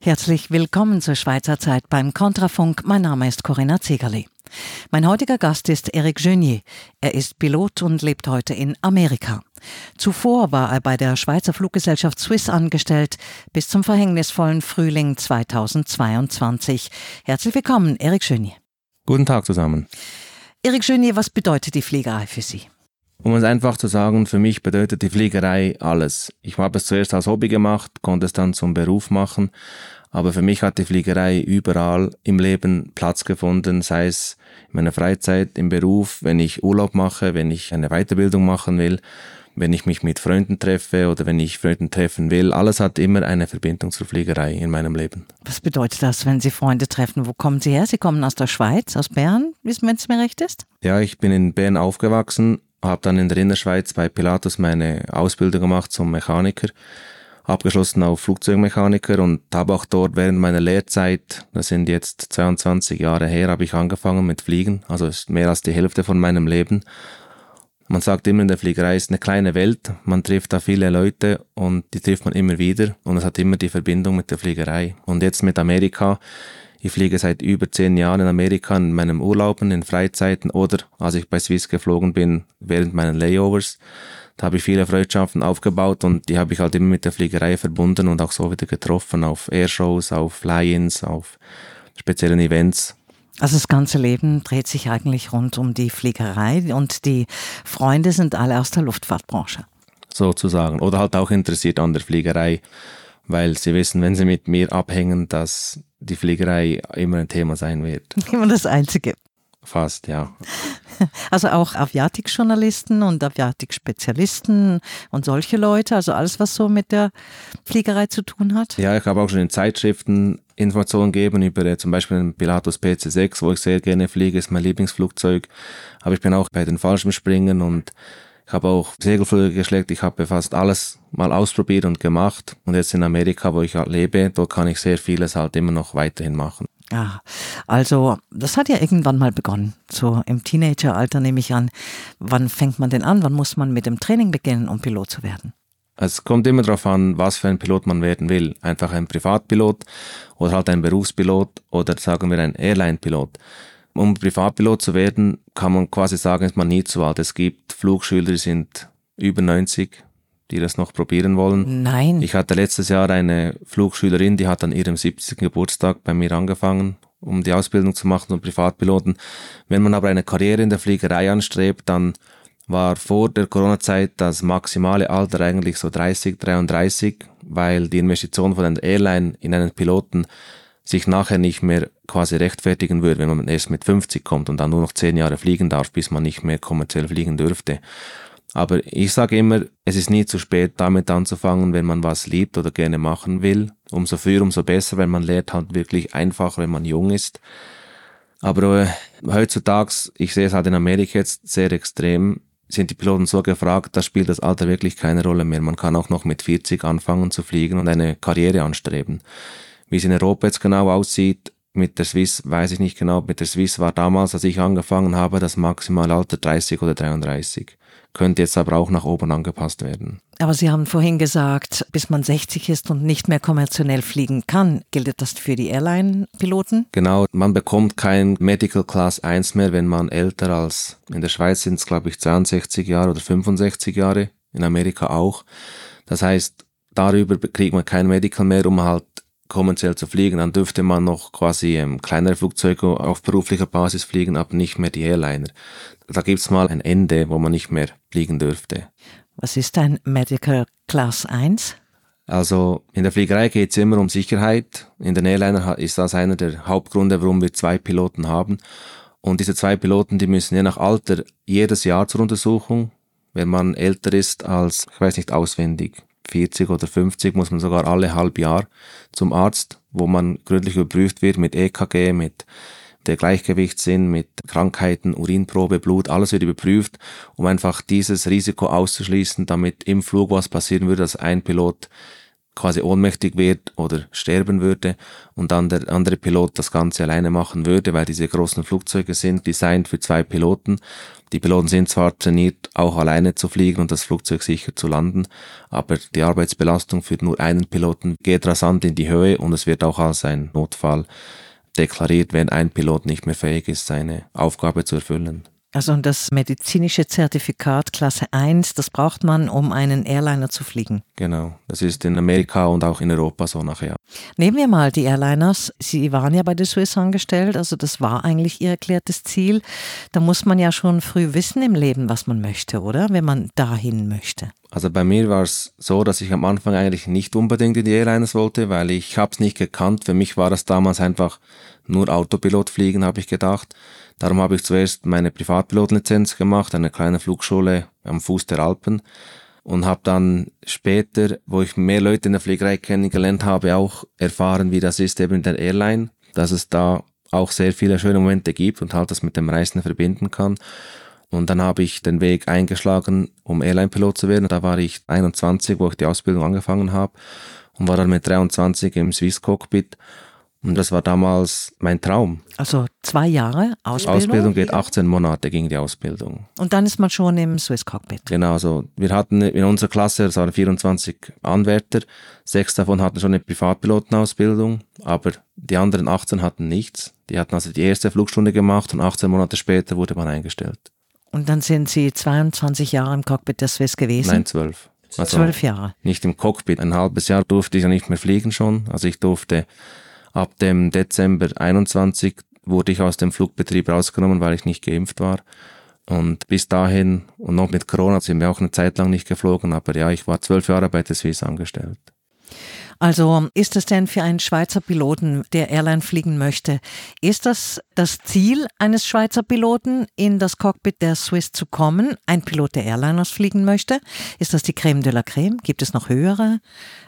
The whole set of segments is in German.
Herzlich willkommen zur Schweizer Zeit beim Kontrafunk. Mein Name ist Corinna Zegerli. Mein heutiger Gast ist Éric Jeunier. Er ist Pilot und lebt heute in Amerika. Zuvor war er bei der Schweizer Fluggesellschaft Swiss angestellt, bis zum verhängnisvollen Frühling 2022. Herzlich willkommen, Éric Jeunier. Guten Tag zusammen. Éric Jeunier, was bedeutet die Fliegerei für Sie? Um es einfach zu sagen, für mich bedeutet die Fliegerei alles. Ich habe es zuerst als Hobby gemacht, konnte es dann zum Beruf machen, aber für mich hat die Fliegerei überall im Leben Platz gefunden, sei es in meiner Freizeit, im Beruf, wenn ich Urlaub mache, wenn ich eine Weiterbildung machen will, wenn ich mich mit Freunden treffe oder wenn ich Freunden treffen will. Alles hat immer eine Verbindung zur Fliegerei in meinem Leben. Was bedeutet das, wenn Sie Freunde treffen? Wo kommen Sie her? Sie kommen aus der Schweiz, aus Bern, wenn es mir recht ist? Ja, ich bin in Bern aufgewachsen, habe dann in der Innerschweiz bei Pilatus meine Ausbildung gemacht zum Mechaniker, abgeschlossen auf Flugzeugmechaniker und habe auch dort während meiner Lehrzeit, das sind jetzt 22 Jahre her, habe ich angefangen mit Fliegen, also ist mehr als die Hälfte von meinem Leben. Man sagt immer, in der Fliegerei ist eine kleine Welt, man trifft da viele Leute und die trifft man immer wieder und es hat immer die Verbindung mit der Fliegerei. Und jetzt mit Amerika, ich fliege seit über 10 Jahren in Amerika in meinen Urlauben, in Freizeiten oder als ich bei Swiss geflogen bin, während meinen Layovers. Da habe ich viele Freundschaften aufgebaut und die habe ich halt immer mit der Fliegerei verbunden und auch so wieder getroffen auf Airshows, auf Fly-ins, auf speziellen Events. Also das ganze Leben dreht sich eigentlich rund um die Fliegerei und die Freunde sind alle aus der Luftfahrtbranche. Sozusagen. Oder halt auch interessiert an der Fliegerei, weil sie wissen, wenn sie mit mir abhängen, dass die Fliegerei immer ein Thema sein wird. Immer das Einzige. Fast, ja. Also auch Aviatik-Journalisten und Aviatik-Spezialisten und solche Leute, also alles, was so mit der Fliegerei zu tun hat? Ja, ich habe auch schon in Zeitschriften Informationen gegeben über zum Beispiel den Pilatus PC-6, wo ich sehr gerne fliege, ist mein Lieblingsflugzeug. Aber ich bin auch bei den Fallschirmspringen und ich habe auch Segelflüge geschleckt. Ich habe fast alles mal ausprobiert und gemacht. Und jetzt in Amerika, wo ich halt lebe, dort kann ich sehr vieles halt immer noch weiterhin machen. Ja, also das hat ja irgendwann mal begonnen, so im Teenageralter nehme ich an. Wann fängt man denn an? Wann muss man mit dem Training beginnen, um Pilot zu werden? Es kommt immer darauf an, was für ein Pilot man werden will. Einfach ein Privatpilot oder halt ein Berufspilot oder sagen wir ein Airline-Pilot. Um Privatpilot zu werden, kann man quasi sagen, ist man nie zu alt. Es gibt Flugschüler, die sind über 90, die das noch probieren wollen. Nein. Ich hatte letztes Jahr eine Flugschülerin, die hat an ihrem 70. Geburtstag bei mir angefangen, um die Ausbildung zu machen zum Privatpiloten. Wenn man aber eine Karriere in der Fliegerei anstrebt, dann war vor der Corona-Zeit das maximale Alter eigentlich so 30, 33, weil die Investition von einer Airline in einen Piloten sich nachher nicht mehr quasi rechtfertigen würde, wenn man erst mit 50 kommt und dann nur noch 10 Jahre fliegen darf, bis man nicht mehr kommerziell fliegen dürfte. Aber ich sage immer, es ist nie zu spät, damit anzufangen, wenn man was liebt oder gerne machen will. Umso früher, umso besser, weil man lernt halt wirklich einfach, wenn man jung ist. Aber heutzutage, ich sehe es halt in Amerika jetzt sehr extrem, sind die Piloten so gefragt, da spielt das Alter wirklich keine Rolle mehr. Man kann auch noch mit 40 anfangen zu fliegen und eine Karriere anstreben. Wie es in Europa jetzt genau aussieht, mit der Swiss weiß ich nicht genau. Mit der Swiss war damals, als ich angefangen habe, das Maximalalter 30 oder 33. Könnte jetzt aber auch nach oben angepasst werden. Aber Sie haben vorhin gesagt, bis man 60 ist und nicht mehr kommerziell fliegen kann. Gilt das für die Airline-Piloten? Genau, man bekommt kein Medical Class 1 mehr, wenn man älter als, in der Schweiz sind es glaube ich 62 Jahre oder 65 Jahre, in Amerika auch. Das heißt, darüber kriegt man kein Medical mehr, um halt kommerziell zu fliegen. Dann dürfte man noch quasi kleinere Flugzeuge auf beruflicher Basis fliegen, aber nicht mehr die Airliner. Da gibt's mal ein Ende, wo man nicht mehr fliegen dürfte. Was ist ein Medical Class 1? Also in der Fliegerei geht's immer um Sicherheit. In den Airliner ist das einer der Hauptgründe, warum wir 2 Piloten haben. Und diese 2 Piloten, die müssen je nach Alter jedes Jahr zur Untersuchung. Wenn man älter ist als, ich weiß nicht auswendig, 40 oder 50, muss man sogar alle halb Jahr zum Arzt, wo man gründlich überprüft wird mit EKG, mit der Gleichgewichtssinn, mit Krankheiten, Urinprobe, Blut, alles wird überprüft, um einfach dieses Risiko auszuschließen, damit im Flug was passieren würde, dass ein Pilot quasi ohnmächtig wird oder sterben würde und dann der andere Pilot das Ganze alleine machen würde, weil diese großen Flugzeuge sind designt für 2 Piloten. Die Piloten sind zwar trainiert, auch alleine zu fliegen und das Flugzeug sicher zu landen, aber die Arbeitsbelastung für nur einen Piloten geht rasant in die Höhe und es wird auch als ein Notfall deklariert, wenn ein Pilot nicht mehr fähig ist, seine Aufgabe zu erfüllen. Also das medizinische Zertifikat Klasse 1, das braucht man, um einen Airliner zu fliegen. Genau, das ist in Amerika und auch in Europa so nachher. Nehmen wir mal die Airliners. Sie waren ja bei der Swiss angestellt, also das war eigentlich Ihr erklärtes Ziel. Da muss man ja schon früh wissen im Leben, was man möchte, oder? Wenn man dahin möchte. Also bei mir war es so, dass ich am Anfang eigentlich nicht unbedingt in die Airlines wollte, weil ich habe es nicht gekannt. Für mich war es damals einfach nur Autopilot fliegen, habe ich gedacht. Darum habe ich zuerst meine Privatpilotenlizenz gemacht, eine kleine Flugschule am Fuß der Alpen und habe dann später, wo ich mehr Leute in der Fliegerei kennengelernt habe, auch erfahren, wie das ist eben in der Airline, dass es da auch sehr viele schöne Momente gibt und halt das mit dem Reisen verbinden kann. Und dann habe ich den Weg eingeschlagen, um Airline-Pilot zu werden. Da war ich 21, wo ich die Ausbildung angefangen habe und war dann mit 23 im Swiss Cockpit. Und das war damals mein Traum. Also 2 Jahre Ausbildung? Ausbildung geht 18 Monate, ging die Ausbildung. Und dann ist man schon im Swiss Cockpit? Genau, also wir hatten in unserer Klasse, es waren 24 Anwärter, 6 davon hatten schon eine Privatpilotenausbildung, aber die anderen 18 hatten nichts. Die hatten also die erste Flugstunde gemacht und 18 Monate später wurde man eingestellt. Und dann sind Sie 22 Jahre im Cockpit der Swiss gewesen? Nein, 12. Also 12 Jahre? Nicht im Cockpit. Ein halbes Jahr durfte ich ja nicht mehr fliegen schon. Also ich durfte ab dem Dezember 21 wurde ich aus dem Flugbetrieb rausgenommen, weil ich nicht geimpft war. Und bis dahin und noch mit Corona sind wir auch eine Zeit lang nicht geflogen. Aber ja, ich war 12 Jahre bei der Swiss angestellt. Also ist es denn für einen Schweizer Piloten, der Airline fliegen möchte, ist das Ziel eines Schweizer Piloten, in das Cockpit der Swiss zu kommen? Ein Pilot, der Airliners fliegen möchte? Ist das die Crème de la Crème? Gibt es noch höhere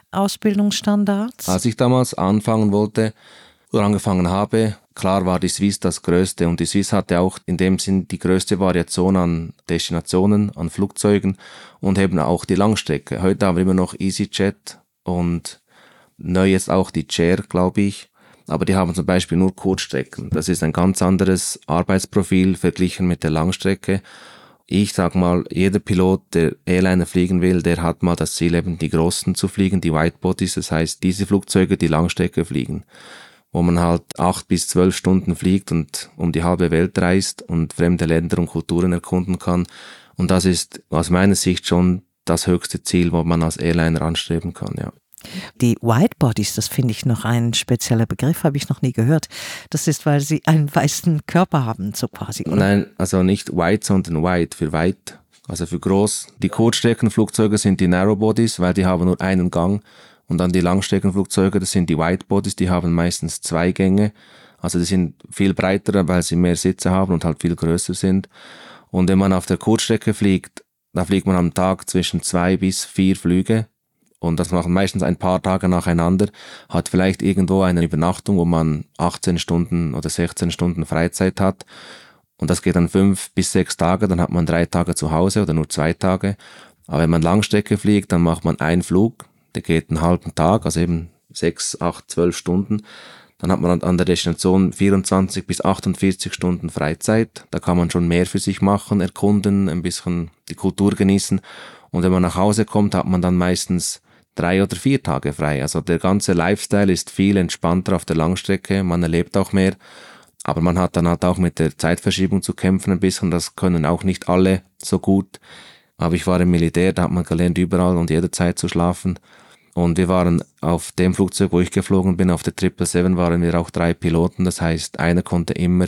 Ausbildungsstandards? Als ich damals anfangen wollte oder angefangen habe, klar war die Swiss das Größte und die Swiss hatte auch in dem Sinn die größte Variation an Destinationen, an Flugzeugen und eben auch die Langstrecke. Heute haben wir immer noch EasyJet und neu jetzt auch die Chair, glaube ich, aber die haben zum Beispiel nur Kurzstrecken. Das ist ein ganz anderes Arbeitsprofil verglichen mit der Langstrecke. Ich sag mal, jeder Pilot, der Airliner fliegen will, der hat mal das Ziel, eben die Großen zu fliegen, die Widebodies, das heißt diese Flugzeuge, die Langstrecke fliegen, wo man halt 8 bis 12 Stunden fliegt und um die halbe Welt reist und fremde Länder und Kulturen erkunden kann. Und das ist aus meiner Sicht schon das höchste Ziel, wo man als Airliner anstreben kann, ja. Die Widebodies, das finde ich noch ein spezieller Begriff, habe ich noch nie gehört. Das ist, weil sie einen weißen Körper haben, so quasi, oder? Nein, also nicht wide, sondern wide für weit, also für groß. Die Kurzstreckenflugzeuge sind die Narrowbodies, weil die haben nur einen Gang. Und dann die Langstreckenflugzeuge, das sind die Widebodies, die haben meistens 2 Gänge. Also die sind viel breiter, weil sie mehr Sitze haben und halt viel größer sind. Und wenn man auf der Kurzstrecke fliegt, da fliegt man am Tag zwischen 2 bis 4 Flüge. Und das machen meistens ein paar Tage nacheinander, hat vielleicht irgendwo eine Übernachtung, wo man 18 Stunden oder 16 Stunden Freizeit hat. Und das geht dann 5 bis 6 Tage, dann hat man 3 Tage zu Hause oder nur 2 Tage. Aber wenn man Langstrecke fliegt, dann macht man einen Flug, der geht einen halben Tag, also eben 6, 8, 12 Stunden. Dann hat man an der Destination 24 bis 48 Stunden Freizeit. Da kann man schon mehr für sich machen, erkunden, ein bisschen die Kultur genießen. Und wenn man nach Hause kommt, hat man dann meistens 3 oder 4 Tage frei. Also der ganze Lifestyle ist viel entspannter auf der Langstrecke, man erlebt auch mehr, aber man hat dann halt auch mit der Zeitverschiebung zu kämpfen ein bisschen, das können auch nicht alle so gut. Aber ich war im Militär, da hat man gelernt, überall und jederzeit zu schlafen. Und wir waren auf dem Flugzeug, wo ich geflogen bin, auf der 777 waren wir auch 3 Piloten, das heißt, einer konnte immer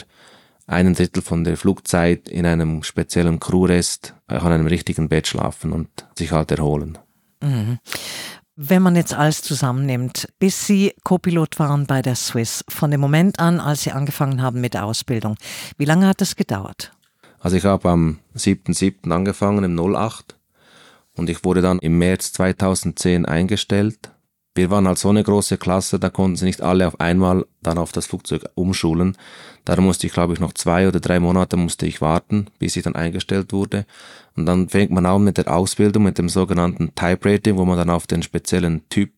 1/3 von der Flugzeit in einem speziellen Crewrest an einem richtigen Bett schlafen und sich halt erholen. Mhm. Wenn man jetzt alles zusammennimmt, bis Sie Co-Pilot waren bei der Swiss, von dem Moment an, als Sie angefangen haben mit der Ausbildung, wie lange hat das gedauert? Also ich habe am 7.7. angefangen, im 08. Und ich wurde dann im März 2010 eingestellt. Wir waren halt so eine große Klasse, da konnten sie nicht alle auf einmal dann auf das Flugzeug umschulen. Darum musste ich, glaube ich, noch 2 oder 3 Monate musste ich warten, bis ich dann eingestellt wurde. Und dann fängt man an mit der Ausbildung, mit dem sogenannten Type Rating, wo man dann auf den speziellen Typ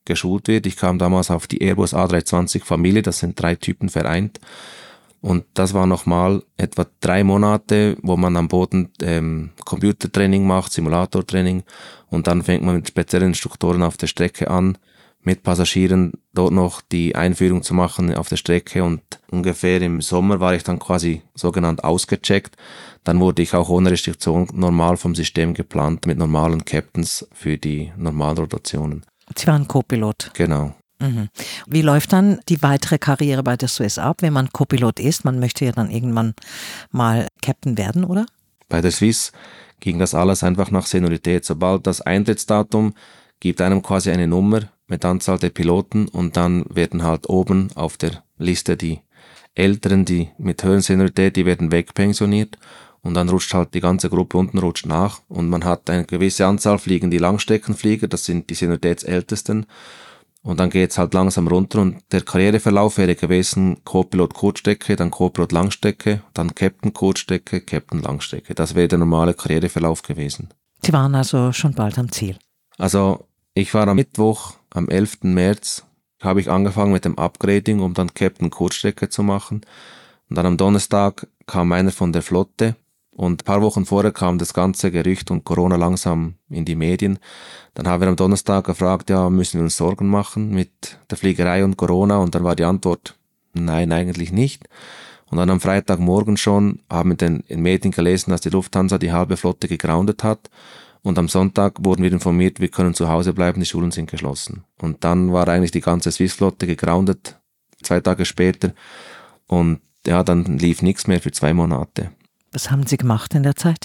geschult wird. Ich kam damals auf die Airbus A320 Familie, das sind 3 Typen vereint. Und das war nochmal etwa 3 Monate, wo man am Boden Computertraining macht, Simulatortraining. Und dann fängt man mit speziellen Instruktoren auf der Strecke an, mit Passagieren dort noch die Einführung zu machen auf der Strecke. Und ungefähr im Sommer war ich dann quasi sogenannt ausgecheckt. Dann wurde ich auch ohne Restriktion normal vom System geplant, mit normalen Captains für die normalen Rotationen. Sie waren Co-Pilot. Genau. Mhm. Wie läuft dann die weitere Karriere bei der Swiss ab, wenn man Co-Pilot ist? Man möchte ja dann irgendwann mal Captain werden, oder? Bei der Swiss ging das alles einfach nach Seniorität. Sobald das Eintrittsdatum gibt einem quasi eine Nummer mit Anzahl der Piloten und dann werden halt oben auf der Liste die Älteren, die mit höheren Seniorität, die werden wegpensioniert und dann rutscht halt die ganze Gruppe unten rutscht nach und man hat eine gewisse Anzahl fliegen die Langstreckenflieger, das sind die Senioritätsältesten. Und dann geht's halt langsam runter und der Karriereverlauf wäre gewesen, Co-Pilot Kurzstrecke, dann Co-Pilot Langstrecke, dann Captain Kurzstrecke, Captain Langstrecke. Das wäre der normale Karriereverlauf gewesen. Sie waren also schon bald am Ziel. Also ich war am Mittwoch, am 11. März, habe ich angefangen mit dem Upgrading, um dann Captain Kurzstrecke zu machen. Und dann am Donnerstag kam einer von der Flotte. Und ein paar Wochen vorher kam das ganze Gerücht und Corona langsam in die Medien. Dann haben wir am Donnerstag gefragt, ja, müssen wir uns Sorgen machen mit der Fliegerei und Corona? Und dann war die Antwort, nein, eigentlich nicht. Und dann am Freitagmorgen schon haben wir in den Medien gelesen, dass die Lufthansa die halbe Flotte gegroundet hat. Und am Sonntag wurden wir informiert, wir können zu Hause bleiben, die Schulen sind geschlossen. Und dann war eigentlich die ganze Swiss-Flotte gegroundet, 2 Tage später. Und ja, dann lief nichts mehr für 2 Monate. Was haben Sie gemacht in der Zeit?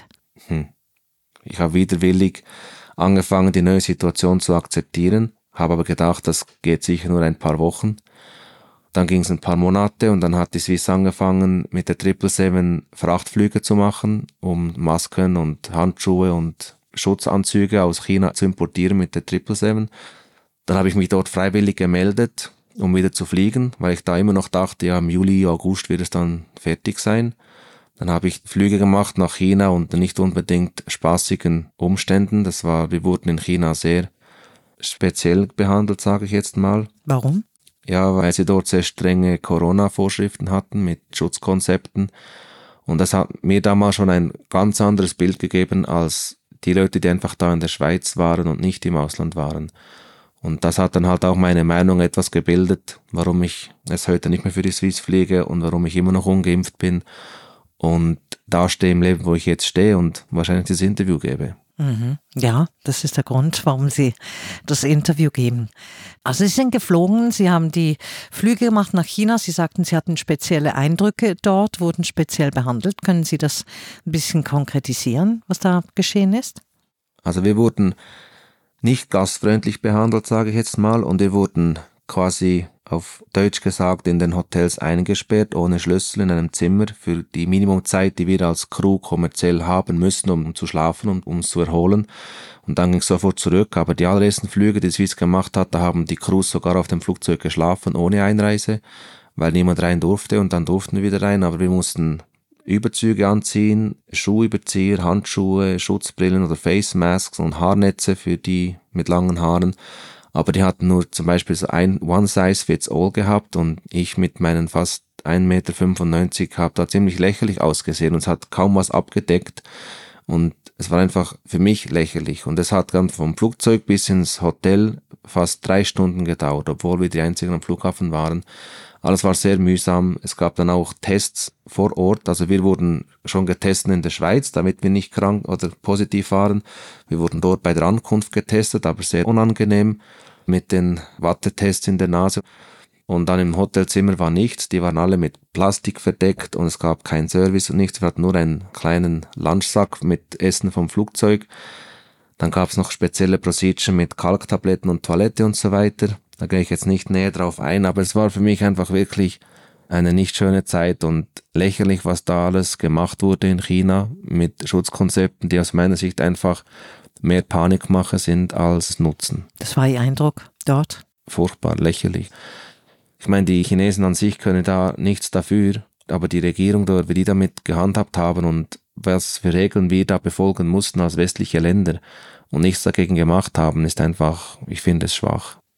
Ich habe widerwillig angefangen, die neue Situation zu akzeptieren, habe aber gedacht, das geht sicher nur ein paar Wochen. Dann ging es ein paar Monate und dann hat die Swiss angefangen, mit der 777 Frachtflüge zu machen, um Masken und Handschuhe und Schutzanzüge aus China zu importieren mit der 777. Dann habe ich mich dort freiwillig gemeldet, um wieder zu fliegen, weil ich da immer noch dachte, ja, im Juli, August wird es dann fertig sein. Dann habe ich Flüge gemacht nach China unter nicht unbedingt spaßigen Umständen. Wir wurden in China sehr speziell behandelt, sage ich jetzt mal. Warum? Ja, weil sie dort sehr strenge Corona-Vorschriften hatten mit Schutzkonzepten. Und das hat mir damals schon ein ganz anderes Bild gegeben als die Leute, die einfach da in der Schweiz waren und nicht im Ausland waren. Und das hat dann halt auch meine Meinung etwas gebildet, warum ich es heute nicht mehr für die Swiss fliege und warum ich immer noch ungeimpft bin. Und da stehe im Leben, wo ich jetzt stehe und wahrscheinlich das Interview gebe. Mhm. Ja, das ist der Grund, warum Sie das Interview geben. Also Sie sind geflogen, Sie haben die Flüge gemacht nach China. Sie sagten, Sie hatten spezielle Eindrücke dort, wurden speziell behandelt. Können Sie das ein bisschen konkretisieren, was da geschehen ist? Also wir wurden nicht gastfreundlich behandelt, sage ich jetzt mal, und wir wurden quasi auf Deutsch gesagt in den Hotels eingesperrt, ohne Schlüssel in einem Zimmer für die Minimumzeit, die wir als Crew kommerziell haben müssen, um zu schlafen und um uns zu erholen. Und dann ging es sofort zurück. Aber die allerersten Flüge, die Swiss gemacht hat, da haben die Crews sogar auf dem Flugzeug geschlafen, ohne Einreise, weil niemand rein durfte und dann durften wir wieder rein. Aber wir mussten Überzüge anziehen, Schuhüberzieher, Handschuhe, Schutzbrillen oder Face Masks und Haarnetze für die mit langen Haaren. Aber die hatten nur zum Beispiel so ein One-Size-Fits-All gehabt und ich mit meinen fast 1,95 Meter habe da ziemlich lächerlich ausgesehen und es hat kaum was abgedeckt und es war einfach für mich lächerlich und es hat dann vom Flugzeug bis ins Hotel fast 3 Stunden gedauert, obwohl wir die einzigen am Flughafen waren. Alles war sehr mühsam. Es gab dann auch Tests vor Ort. Also wir wurden schon getestet in der Schweiz, damit wir nicht krank oder positiv waren. Wir wurden dort bei der Ankunft getestet, aber sehr unangenehm mit den Wattetests in der Nase. Und dann im Hotelzimmer war nichts. Die waren alle mit Plastik verdeckt und es gab keinen Service und nichts. Wir hatten nur einen kleinen Lunchsack mit Essen vom Flugzeug. Dann gab es noch spezielle Procedure mit Kalktabletten und Toilette und so weiter. Da gehe ich jetzt nicht näher drauf ein, aber es war für mich einfach wirklich eine nicht schöne Zeit und lächerlich, was da alles gemacht wurde in China mit Schutzkonzepten, die aus meiner Sicht einfach mehr Panikmache sind als Nutzen. Das war Ihr Eindruck dort? Furchtbar, lächerlich. Ich meine, die Chinesen an sich können da nichts dafür, aber die Regierung dort, wie die damit gehandhabt haben und was für Regeln wir da befolgen mussten als westliche Länder und nichts dagegen gemacht haben, ist einfach, ich finde es schwach.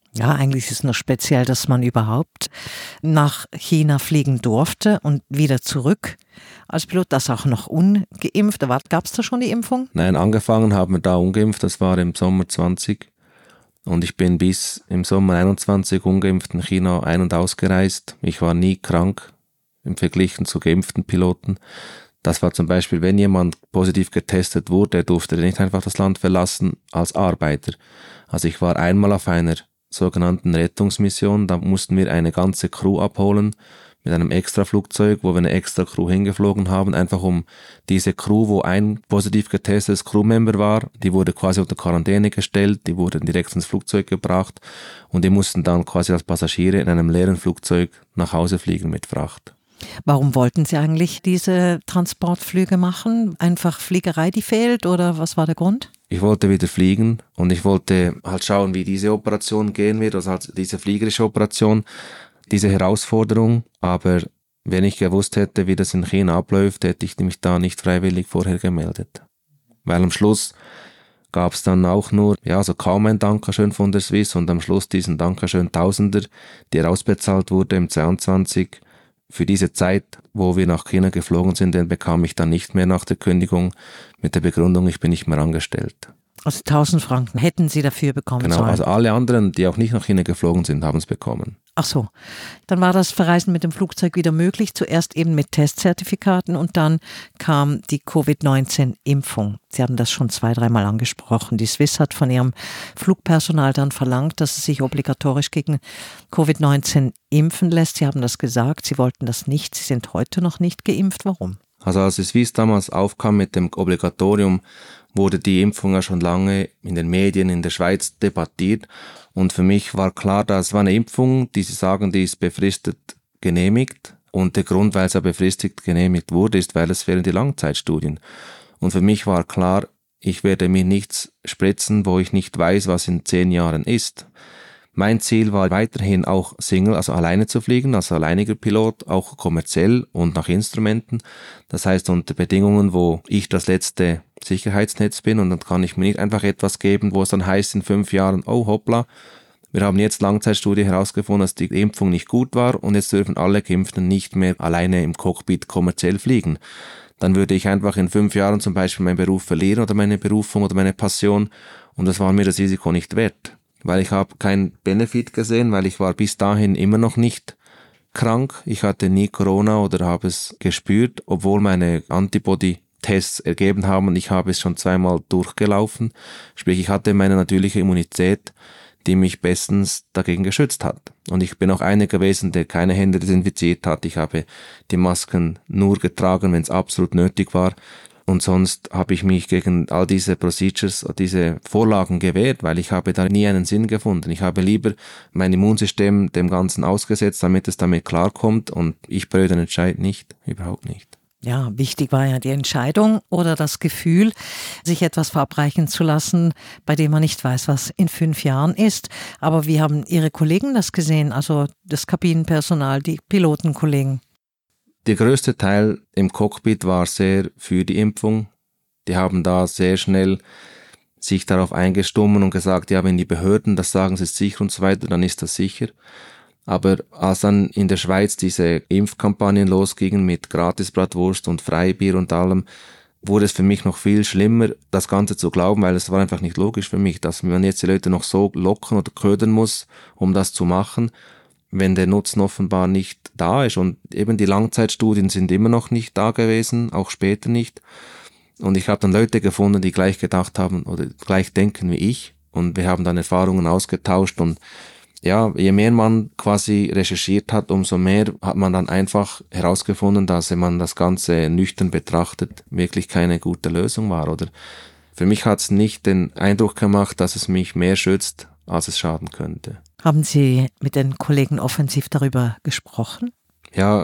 Ja, eigentlich ist es nur speziell, dass man überhaupt nach China fliegen durfte und wieder zurück als Pilot, das auch noch ungeimpft. Gab es da schon die Impfung? Nein, angefangen haben wir da ungeimpft, das war im Sommer 20 und ich bin bis im Sommer 21 ungeimpft in China ein- und ausgereist. Ich war nie krank im Vergleich zu geimpften Piloten. Das war zum Beispiel, wenn jemand positiv getestet wurde, durfte er nicht einfach das Land verlassen als Arbeiter. Also ich war einmal auf einer sogenannten Rettungsmission, da mussten wir eine ganze Crew abholen mit einem Extraflugzeug, wo wir eine extra Crew hingeflogen haben, einfach um diese Crew, wo ein positiv getestetes Crewmember war, die wurde quasi unter Quarantäne gestellt, die wurden direkt ins Flugzeug gebracht und die mussten dann quasi als Passagiere in einem leeren Flugzeug nach Hause fliegen mit Fracht. Warum wollten Sie eigentlich diese Transportflüge machen? Einfach Fliegerei, die fehlt, oder was war der Grund? Ich wollte wieder fliegen und ich wollte halt schauen, wie diese Operation gehen wird, also halt diese fliegerische Operation, diese Herausforderung. Aber wenn ich gewusst hätte, wie das in China abläuft, hätte ich mich da nicht freiwillig vorher gemeldet. Weil am Schluss gab es dann auch nur, so kaum ein Dankeschön von der Swiss und am Schluss diesen Dankeschön Tausender, der ausbezahlt wurde im 22. Für diese Zeit, wo wir nach China geflogen sind, den bekam ich dann nicht mehr nach der Kündigung mit der Begründung, ich bin nicht mehr angestellt. Also 1000 Franken hätten Sie dafür bekommen sollen? Genau, also alle anderen, die auch nicht nach China geflogen sind, haben es bekommen. Ach so, dann war das Verreisen mit dem Flugzeug wieder möglich, zuerst eben mit Testzertifikaten und dann kam die Covid-19-Impfung. Sie haben das schon 2-3 Mal angesprochen. Die Swiss hat von ihrem Flugpersonal dann verlangt, dass es sich obligatorisch gegen Covid-19 impfen lässt. Sie haben das gesagt, Sie wollten das nicht, Sie sind heute noch nicht geimpft. Warum? Also als die Swiss damals aufkam mit dem Obligatorium, wurde die Impfung ja schon lange in den Medien in der Schweiz debattiert. Und für mich war klar, das war eine Impfung, die sie sagen, die ist befristet genehmigt. Und der Grund, weil es ja befristet genehmigt wurde, ist, weil es fehlen die Langzeitstudien. Und für mich war klar, ich werde mir nichts spritzen, wo ich nicht weiß, was in 10 Jahren ist. Mein Ziel war weiterhin auch Single, also alleine zu fliegen, als alleiniger Pilot, auch kommerziell und nach Instrumenten. Das heißt unter Bedingungen, wo ich das letzte Sicherheitsnetz bin und dann kann ich mir nicht einfach etwas geben, wo es dann heißt in 5 Jahren, oh hoppla, wir haben jetzt Langzeitstudie herausgefunden, dass die Impfung nicht gut war und jetzt dürfen alle Geimpften nicht mehr alleine im Cockpit kommerziell fliegen. Dann würde ich einfach in 5 Jahren zum Beispiel meinen Beruf verlieren oder meine Berufung oder meine Passion und das war mir das Risiko nicht wert. Weil ich habe keinen Benefit gesehen, weil ich war bis dahin immer noch nicht krank. Ich hatte nie Corona oder habe es gespürt, obwohl meine Antibody-Tests ergeben haben und ich habe es schon 2-mal durchgelaufen. Sprich, ich hatte meine natürliche Immunität, die mich bestens dagegen geschützt hat. Und ich bin auch einer gewesen, der keine Hände desinfiziert hat. Ich habe die Masken nur getragen, wenn es absolut nötig war. Und sonst habe ich mich gegen all diese Procedures, diese Vorlagen gewehrt, weil ich habe da nie einen Sinn gefunden. Ich habe lieber mein Immunsystem dem Ganzen ausgesetzt, damit es damit klarkommt und ich bereue den Entscheid nicht, überhaupt nicht. Ja, wichtig war ja die Entscheidung oder das Gefühl, sich etwas verabreichen zu lassen, bei dem man nicht weiß, was in 5 Jahren ist. Aber wie haben Ihre Kollegen das gesehen, also das Kabinenpersonal, die Pilotenkollegen? Der größte Teil im Cockpit war sehr für die Impfung. Die haben da sehr schnell sich darauf eingestimmt und gesagt, ja, wenn die Behörden das sagen, es ist sicher und so weiter, dann ist das sicher. Aber als dann in der Schweiz diese Impfkampagnen losgingen mit Gratis-Bratwurst und Freibier und allem, wurde es für mich noch viel schlimmer, das Ganze zu glauben, weil es war einfach nicht logisch für mich, dass man jetzt die Leute noch so locken oder ködern muss, um das zu machen, wenn der Nutzen offenbar nicht da ist. Und eben die Langzeitstudien sind immer noch nicht da gewesen, auch später nicht. Und ich habe dann Leute gefunden, die gleich gedacht haben oder gleich denken wie ich. Und wir haben dann Erfahrungen ausgetauscht. Und ja, je mehr man quasi recherchiert hat, umso mehr hat man dann einfach herausgefunden, dass, wenn man das Ganze nüchtern betrachtet, wirklich keine gute Lösung war. Oder für mich hat es nicht den Eindruck gemacht, dass es mich mehr schützt, als es schaden könnte. Haben Sie mit den Kollegen offensiv darüber gesprochen? Ja,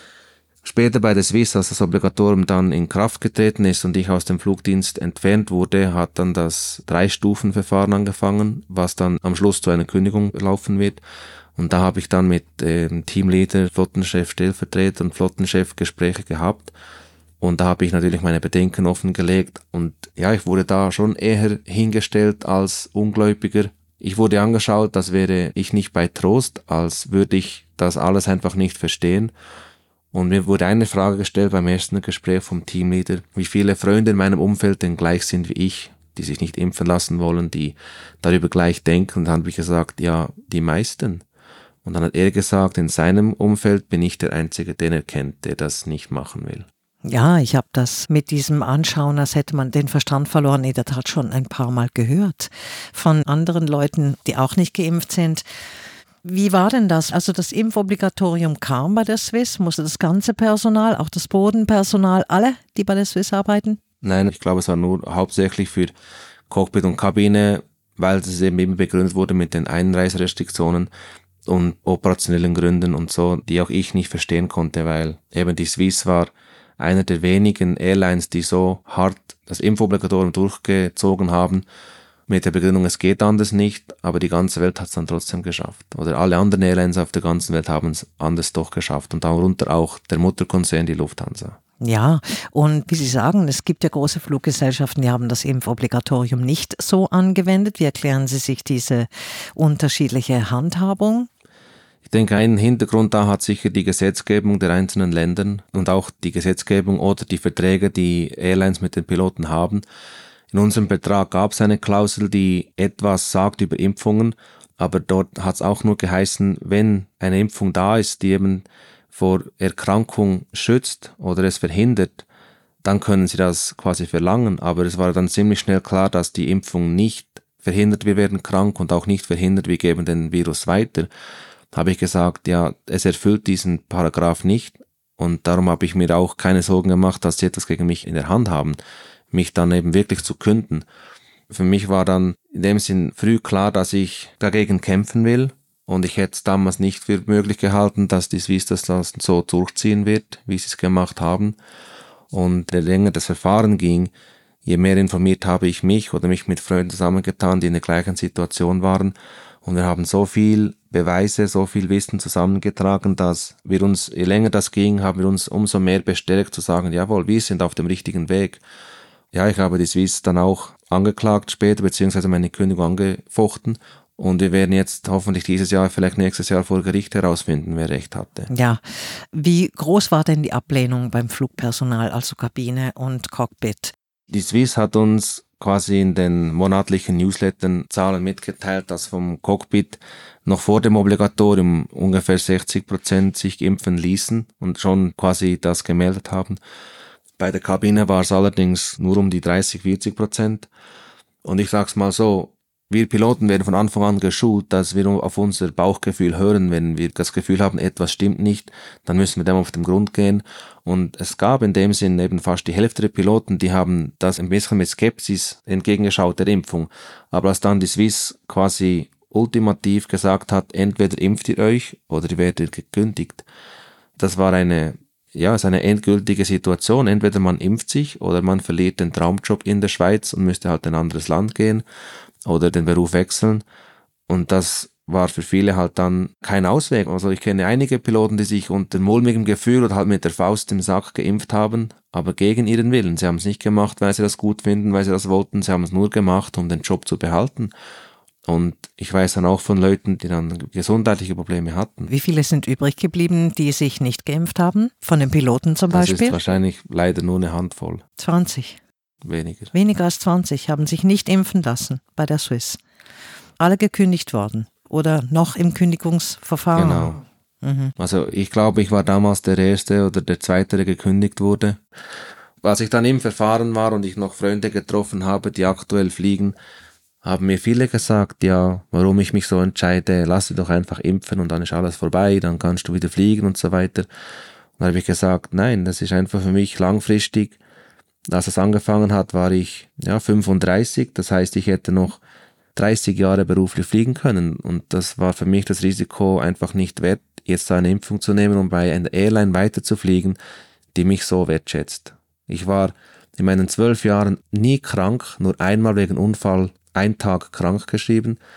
später bei der Swiss, als das Obligatorium dann in Kraft getreten ist und ich aus dem Flugdienst entfernt wurde, hat dann das 3-Stufen-Verfahren angefangen, was dann am Schluss zu einer Kündigung laufen wird. Und da habe ich dann mit Teamleader, Flottenchef, Stellvertreter und Flottenchef Gespräche gehabt. Und da habe ich natürlich meine Bedenken offengelegt. Und ja, ich wurde da schon eher hingestellt als Ungläubiger, Ich wurde angeschaut, als wäre ich nicht bei Trost, als würde ich das alles einfach nicht verstehen. Und mir wurde eine Frage gestellt beim ersten Gespräch vom Teamleader, wie viele Freunde in meinem Umfeld denn gleich sind wie ich, die sich nicht impfen lassen wollen, die darüber gleich denken. Und dann habe ich gesagt, ja, die meisten. Und dann hat er gesagt, in seinem Umfeld bin ich der Einzige, den er kennt, der das nicht machen will. Ja, ich habe das mit diesem Anschauen, als hätte man den Verstand verloren, in der Tat schon ein paar Mal gehört von anderen Leuten, die auch nicht geimpft sind. Wie war denn das? Also das Impfobligatorium kam bei der Swiss, musste das ganze Personal, auch das Bodenpersonal, alle, die bei der Swiss arbeiten? Nein, ich glaube, es war nur hauptsächlich für Cockpit und Kabine, weil es eben begründet wurde mit den Einreiserestriktionen und operationellen Gründen und so, die auch ich nicht verstehen konnte, weil eben die Swiss war einer der wenigen Airlines, die so hart das Impfobligatorium durchgezogen haben, mit der Begründung, es geht anders nicht, aber die ganze Welt hat es dann trotzdem geschafft. Oder alle anderen Airlines auf der ganzen Welt haben es anders doch geschafft und darunter auch der Mutterkonzern, die Lufthansa. Ja, und wie Sie sagen, es gibt ja große Fluggesellschaften, die haben das Impfobligatorium nicht so angewendet. Wie erklären Sie sich diese unterschiedliche Handhabung? Ich denke, einen Hintergrund da hat sicher die Gesetzgebung der einzelnen Länder und auch die Gesetzgebung oder die Verträge, die Airlines mit den Piloten haben. In unserem Vertrag gab es eine Klausel, die etwas sagt über Impfungen, aber dort hat es auch nur geheißen, wenn eine Impfung da ist, die eben vor Erkrankung schützt oder es verhindert, dann können sie das quasi verlangen. Aber es war dann ziemlich schnell klar, dass die Impfung nicht verhindert, wir werden krank und auch nicht verhindert, wir geben den Virus weiter. Habe ich gesagt, ja, es erfüllt diesen Paragraph nicht und darum habe ich mir auch keine Sorgen gemacht, dass sie etwas gegen mich in der Hand haben, mich dann eben wirklich zu künden. Für mich war dann in dem Sinn früh klar, dass ich dagegen kämpfen will und ich hätte es damals nicht für möglich gehalten, dass die Swiss das so durchziehen wird, wie sie es gemacht haben. Und je länger das Verfahren ging, je mehr informiert habe ich mich oder mich mit Freunden zusammengetan, die in der gleichen Situation waren. Und wir haben so viel Beweise, so viel Wissen zusammengetragen, dass wir uns, je länger das ging, haben wir uns umso mehr bestärkt zu sagen, jawohl, wir sind auf dem richtigen Weg. Ja, ich habe die Swiss dann auch angeklagt später, beziehungsweise meine Kündigung angefochten. Und wir werden jetzt hoffentlich dieses Jahr, vielleicht nächstes Jahr vor Gericht herausfinden, wer recht hatte. Ja, wie groß war denn die Ablehnung beim Flugpersonal, also Kabine und Cockpit? Die Swiss hat uns quasi in den monatlichen Newslettern Zahlen mitgeteilt, dass vom Cockpit noch vor dem Obligatorium ungefähr 60% sich impfen ließen und schon quasi das gemeldet haben. Bei der Kabine war es allerdings nur um die 30-40%. Und ich sag's mal so, wir Piloten werden von Anfang an geschult, dass wir auf unser Bauchgefühl hören. Wenn wir das Gefühl haben, etwas stimmt nicht, dann müssen wir dem auf den Grund gehen. Und es gab in dem Sinn eben fast die Hälfte der Piloten, die haben das ein bisschen mit Skepsis entgegengeschaut der Impfung. Aber als dann die Swiss quasi ultimativ gesagt hat, entweder impft ihr euch oder ihr werdet gekündigt, das war eine endgültige Situation. Entweder man impft sich oder man verliert den Traumjob in der Schweiz und müsste halt in ein anderes Land gehen oder den Beruf wechseln. Und das war für viele halt dann kein Ausweg. Also ich kenne einige Piloten, die sich unter mulmigem Gefühl oder halt mit der Faust im Sack geimpft haben, aber gegen ihren Willen. Sie haben es nicht gemacht, weil sie das gut finden, weil sie das wollten. Sie haben es nur gemacht, um den Job zu behalten. Und ich weiß dann auch von Leuten, die dann gesundheitliche Probleme hatten. Wie viele sind übrig geblieben, die sich nicht geimpft haben? Von den Piloten zum Beispiel? Das ist wahrscheinlich leider nur eine Handvoll. 20. Weniger. Weniger als 20 haben sich nicht impfen lassen bei der Swiss. Alle gekündigt worden oder noch im Kündigungsverfahren. Genau. Also ich glaube, ich war damals der Erste oder der Zweite, der gekündigt wurde. Als ich dann im Verfahren war und ich noch Freunde getroffen habe, die aktuell fliegen, haben mir viele gesagt, ja, warum ich mich so entscheide, lass dich doch einfach impfen und dann ist alles vorbei, dann kannst du wieder fliegen und so weiter. Und dann habe ich gesagt, nein, das ist einfach für mich langfristig. Als es angefangen hat, war ich 35, das heißt, ich hätte noch 30 Jahre beruflich fliegen können und das war für mich das Risiko einfach nicht wert, jetzt eine Impfung zu nehmen, um bei einer Airline weiterzufliegen, die mich so wertschätzt. Ich war in meinen 12 Jahren nie krank, nur einmal wegen Unfall 1 Tag krank geschrieben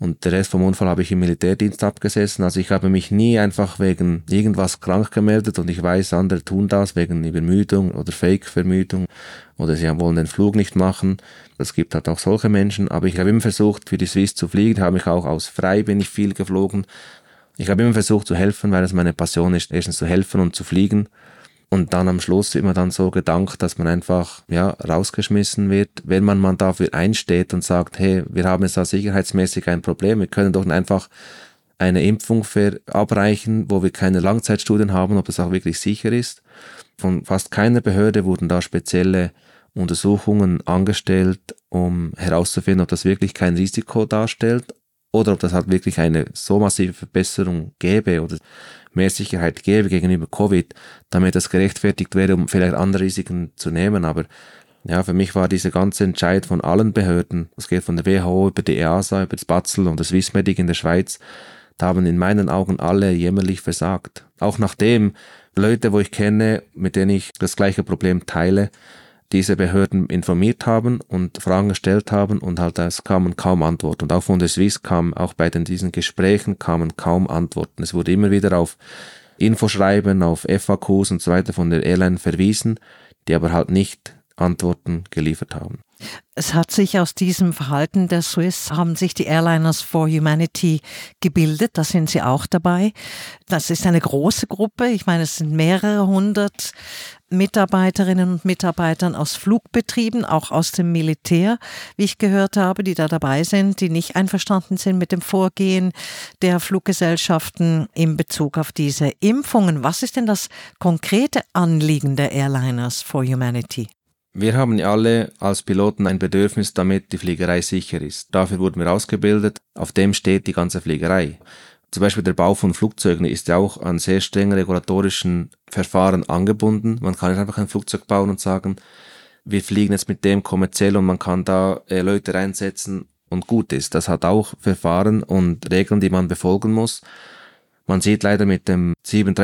Und der Rest vom Unfall habe ich im Militärdienst abgesessen. Also ich habe mich nie einfach wegen irgendwas krank gemeldet und ich weiß, andere tun das wegen Übermüdung oder Fake-Vermüdung oder sie wollen den Flug nicht machen. Es gibt halt auch solche Menschen, aber ich habe immer versucht, für die Swiss zu fliegen. Ich habe mich auch aus frei bin ich viel geflogen. Ich habe immer versucht zu helfen, weil es meine Passion ist, erstens zu helfen und zu fliegen. Und dann am Schluss immer dann so gedankt, dass man einfach rausgeschmissen wird, wenn man dafür einsteht und sagt, hey, wir haben jetzt da sicherheitsmäßig ein Problem, wir können doch einfach eine Impfung verabreichen, wo wir keine Langzeitstudien haben, ob das auch wirklich sicher ist. Von fast keiner Behörde wurden da spezielle Untersuchungen angestellt, um herauszufinden, ob das wirklich kein Risiko darstellt oder ob das halt wirklich eine so massive Verbesserung gäbe oder mehr Sicherheit gäbe gegenüber Covid, damit das gerechtfertigt wäre, um vielleicht andere Risiken zu nehmen. Aber ja, für mich war dieser ganze Entscheid von allen Behörden, das geht von der WHO über die EASA, über das BAZEL und das Swissmedic in der Schweiz, da haben in meinen Augen alle jämmerlich versagt. Auch nachdem Leute, wo ich kenne, mit denen ich das gleiche Problem teile, diese Behörden informiert haben und Fragen gestellt haben und halt es kamen kaum Antworten. Und auch von der Swiss kam, auch bei diesen Gesprächen kamen kaum Antworten. Es wurde immer wieder auf Infoschreiben, auf FAQs und so weiter von der Airline verwiesen, die aber halt nicht Antworten geliefert haben. Es hat sich aus diesem Verhalten der Swiss, haben sich die Airliners for Humanity gebildet, da sind sie auch dabei. Das ist eine große Gruppe, ich meine, es sind mehrere hundert Mitarbeiterinnen und Mitarbeitern aus Flugbetrieben, auch aus dem Militär, wie ich gehört habe, die da dabei sind, die nicht einverstanden sind mit dem Vorgehen der Fluggesellschaften in Bezug auf diese Impfungen. Was ist denn das konkrete Anliegen der Airliners for Humanity? Wir haben alle als Piloten ein Bedürfnis, damit die Fliegerei sicher ist. Dafür wurden wir ausgebildet, auf dem steht die ganze Fliegerei. Zum Beispiel der Bau von Flugzeugen ist ja auch an sehr strengen regulatorischen Verfahren angebunden. Man kann nicht einfach ein Flugzeug bauen und sagen, wir fliegen jetzt mit dem kommerziell und man kann da Leute reinsetzen und gut ist. Das hat auch Verfahren und Regeln, die man befolgen muss. Man sieht leider mit dem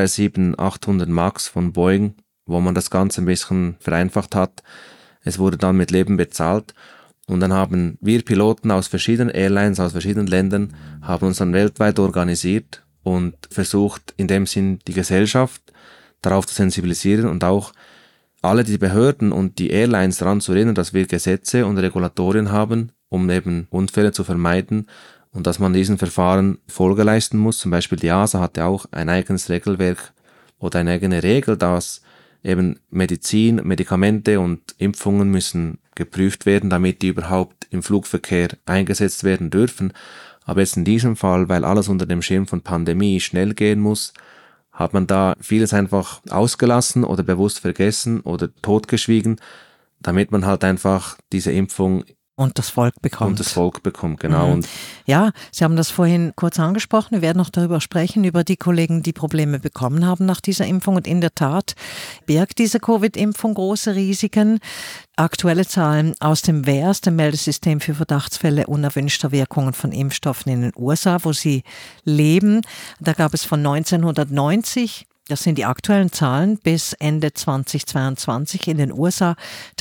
737-800 MAX von Boeing, wo man das Ganze ein bisschen vereinfacht hat. Es wurde dann mit Leben bezahlt und dann haben wir Piloten aus verschiedenen Airlines, aus verschiedenen Ländern, haben uns dann weltweit organisiert und versucht, in dem Sinn die Gesellschaft darauf zu sensibilisieren und auch alle die Behörden und die Airlines daran zu erinnern, dass wir Gesetze und Regulatorien haben, um eben Unfälle zu vermeiden und dass man diesen Verfahren Folge leisten muss. Zum Beispiel die EASA hatte auch ein eigenes Regelwerk oder eine eigene Regel, dass eben Medizin, Medikamente und Impfungen müssen geprüft werden, damit die überhaupt im Flugverkehr eingesetzt werden dürfen. Aber jetzt in diesem Fall, weil alles unter dem Schirm von Pandemie schnell gehen muss, hat man da vieles einfach ausgelassen oder bewusst vergessen oder totgeschwiegen, damit man halt einfach diese Impfung und das Volk bekommt. Und das Volk bekommt, genau. Mhm. Ja, Sie haben das vorhin kurz angesprochen. Wir werden noch darüber sprechen, über die Kollegen, die Probleme bekommen haben nach dieser Impfung. Und in der Tat birgt diese Covid-Impfung große Risiken. Aktuelle Zahlen aus dem VAERS, dem Meldesystem für Verdachtsfälle unerwünschter Wirkungen von Impfstoffen in den USA, wo Sie leben. Da gab es von 1990, das sind die aktuellen Zahlen, bis Ende 2022 in den USA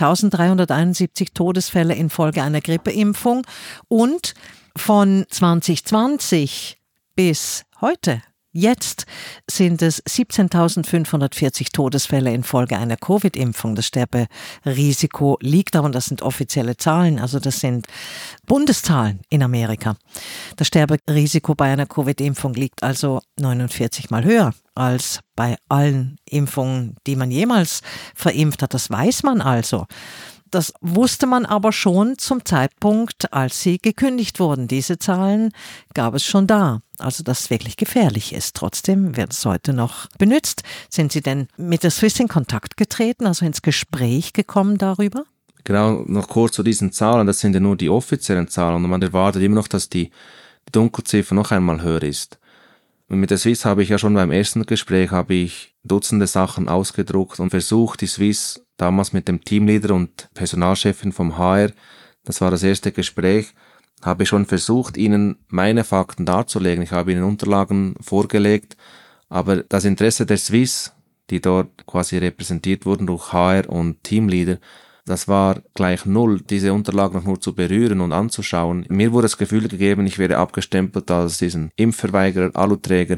1371 Todesfälle infolge einer Grippeimpfung und von 2020 bis heute, jetzt sind es 17.540 Todesfälle infolge einer Covid-Impfung. Das Sterberisiko liegt aber, und das sind offizielle Zahlen, also das sind Bundeszahlen in Amerika. Das Sterberisiko bei einer Covid-Impfung liegt also 49 Mal höher als bei allen Impfungen, die man jemals verimpft hat. Das weiß man also. Das wusste man aber schon zum Zeitpunkt, als sie gekündigt wurden. Diese Zahlen gab es schon da. Also, dass es wirklich gefährlich ist. Trotzdem wird es heute noch benutzt. Sind Sie denn mit der Swiss in Kontakt getreten, also ins Gespräch gekommen darüber? Genau, noch kurz zu diesen Zahlen. Das sind ja nur die offiziellen Zahlen und man erwartet immer noch, dass die Dunkelziffer noch einmal höher ist. Und mit der Swiss habe ich ja schon beim ersten Gespräch Dutzende Sachen ausgedruckt und versucht, die Swiss damals mit dem Teamleader und Personalchefin vom HR, das war das erste Gespräch, habe ich schon versucht, ihnen meine Fakten darzulegen. Ich habe ihnen Unterlagen vorgelegt, aber das Interesse der Swiss, die dort quasi repräsentiert wurden durch HR und Teamleader, das war gleich null, diese Unterlagen noch nur zu berühren und anzuschauen. Mir wurde das Gefühl gegeben, ich werde abgestempelt als diesen Impfverweigerer, Aluträger.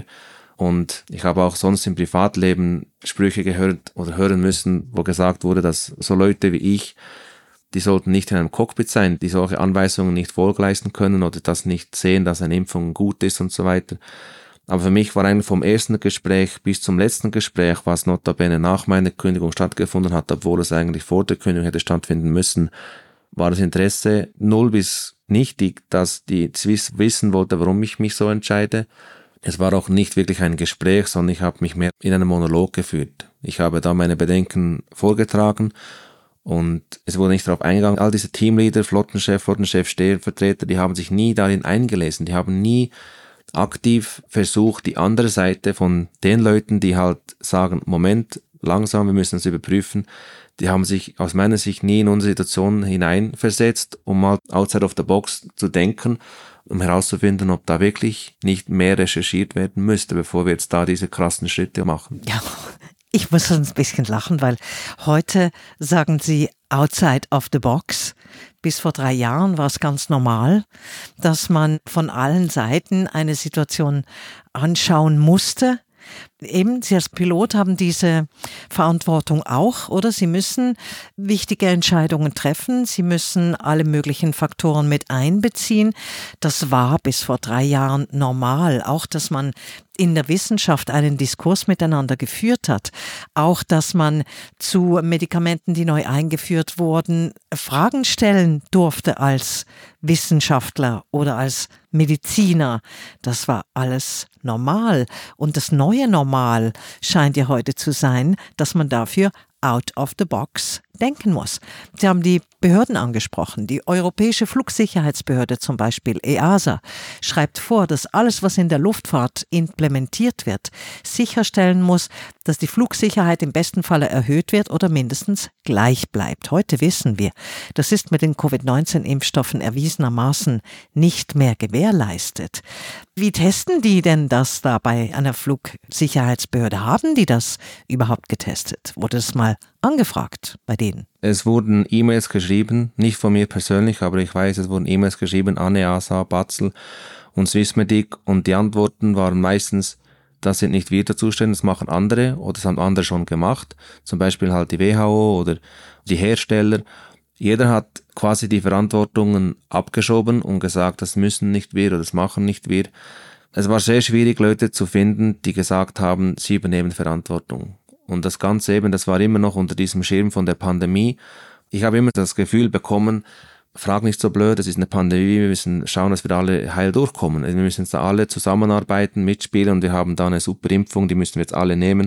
Und ich habe auch sonst im Privatleben Sprüche gehört oder hören müssen, wo gesagt wurde, dass so Leute wie ich, die sollten nicht in einem Cockpit sein, die solche Anweisungen nicht Folge leisten können oder das nicht sehen, dass eine Impfung gut ist und so weiter. Aber für mich war eigentlich vom ersten Gespräch bis zum letzten Gespräch, was notabene nach meiner Kündigung stattgefunden hat, obwohl es eigentlich vor der Kündigung hätte stattfinden müssen, war das Interesse null bis nichtig, dass die Swiss wissen wollte, warum ich mich so entscheide. Es war auch nicht wirklich ein Gespräch, sondern ich habe mich mehr in einem Monolog geführt. Ich habe da meine Bedenken vorgetragen und es wurde nicht darauf eingegangen. All diese Teamleader, Flottenchef, Stellvertreter, die haben sich nie darin eingelesen. Die haben nie aktiv versucht, die andere Seite von den Leuten, die halt sagen, Moment, langsam, wir müssen es überprüfen, die haben sich aus meiner Sicht nie in unsere Situation hineinversetzt, um mal outside of the box zu denken, um herauszufinden, ob da wirklich nicht mehr recherchiert werden müsste, bevor wir jetzt da diese krassen Schritte machen. Ja, ich muss ein bisschen lachen, weil heute sagen Sie outside of the box. Bis vor 3 Jahren war es ganz normal, dass man von allen Seiten eine Situation anschauen musste. Eben, Sie als Pilot haben diese Verantwortung auch, oder? Sie müssen wichtige Entscheidungen treffen. Sie müssen alle möglichen Faktoren mit einbeziehen. Das war bis vor 3 Jahren normal. Auch, dass man in der Wissenschaft einen Diskurs miteinander geführt hat. Auch, dass man zu Medikamenten, die neu eingeführt wurden, Fragen stellen durfte als Wissenschaftler oder als Mediziner. Das war alles normal. Und das neue Normal scheint ja heute zu sein, dass man dafür out of the box denken muss. Sie haben die Behörden angesprochen. Die Europäische Flugsicherheitsbehörde zum Beispiel, EASA, schreibt vor, dass alles, was in der Luftfahrt implementiert wird, sicherstellen muss, dass die Flugsicherheit im besten Falle erhöht wird oder mindestens gleich bleibt. Heute wissen wir, das ist mit den Covid-19-Impfstoffen erwiesenermaßen nicht mehr gewährleistet. Wie testen die denn das da bei einer Flugsicherheitsbehörde? Haben die das überhaupt getestet? Wurde es mal angefragt bei denen? Es wurden E-Mails geschrieben, nicht von mir persönlich, aber ich weiß, es wurden E-Mails geschrieben an EASA, Batzel und Swissmedic und die Antworten waren meistens, das sind nicht wir zuständig, das machen andere oder das haben andere schon gemacht, zum Beispiel halt die WHO oder die Hersteller. Jeder hat quasi die Verantwortungen abgeschoben und gesagt, das müssen nicht wir oder das machen nicht wir. Es war sehr schwierig, Leute zu finden, die gesagt haben, sie übernehmen Verantwortung. Und das Ganze eben, das war immer noch unter diesem Schirm von der Pandemie. Ich habe immer das Gefühl bekommen, frag nicht so blöd, es ist eine Pandemie, wir müssen schauen, dass wir da alle heil durchkommen. Wir müssen jetzt da alle zusammenarbeiten, mitspielen und wir haben da eine super Impfung, die müssen wir jetzt alle nehmen.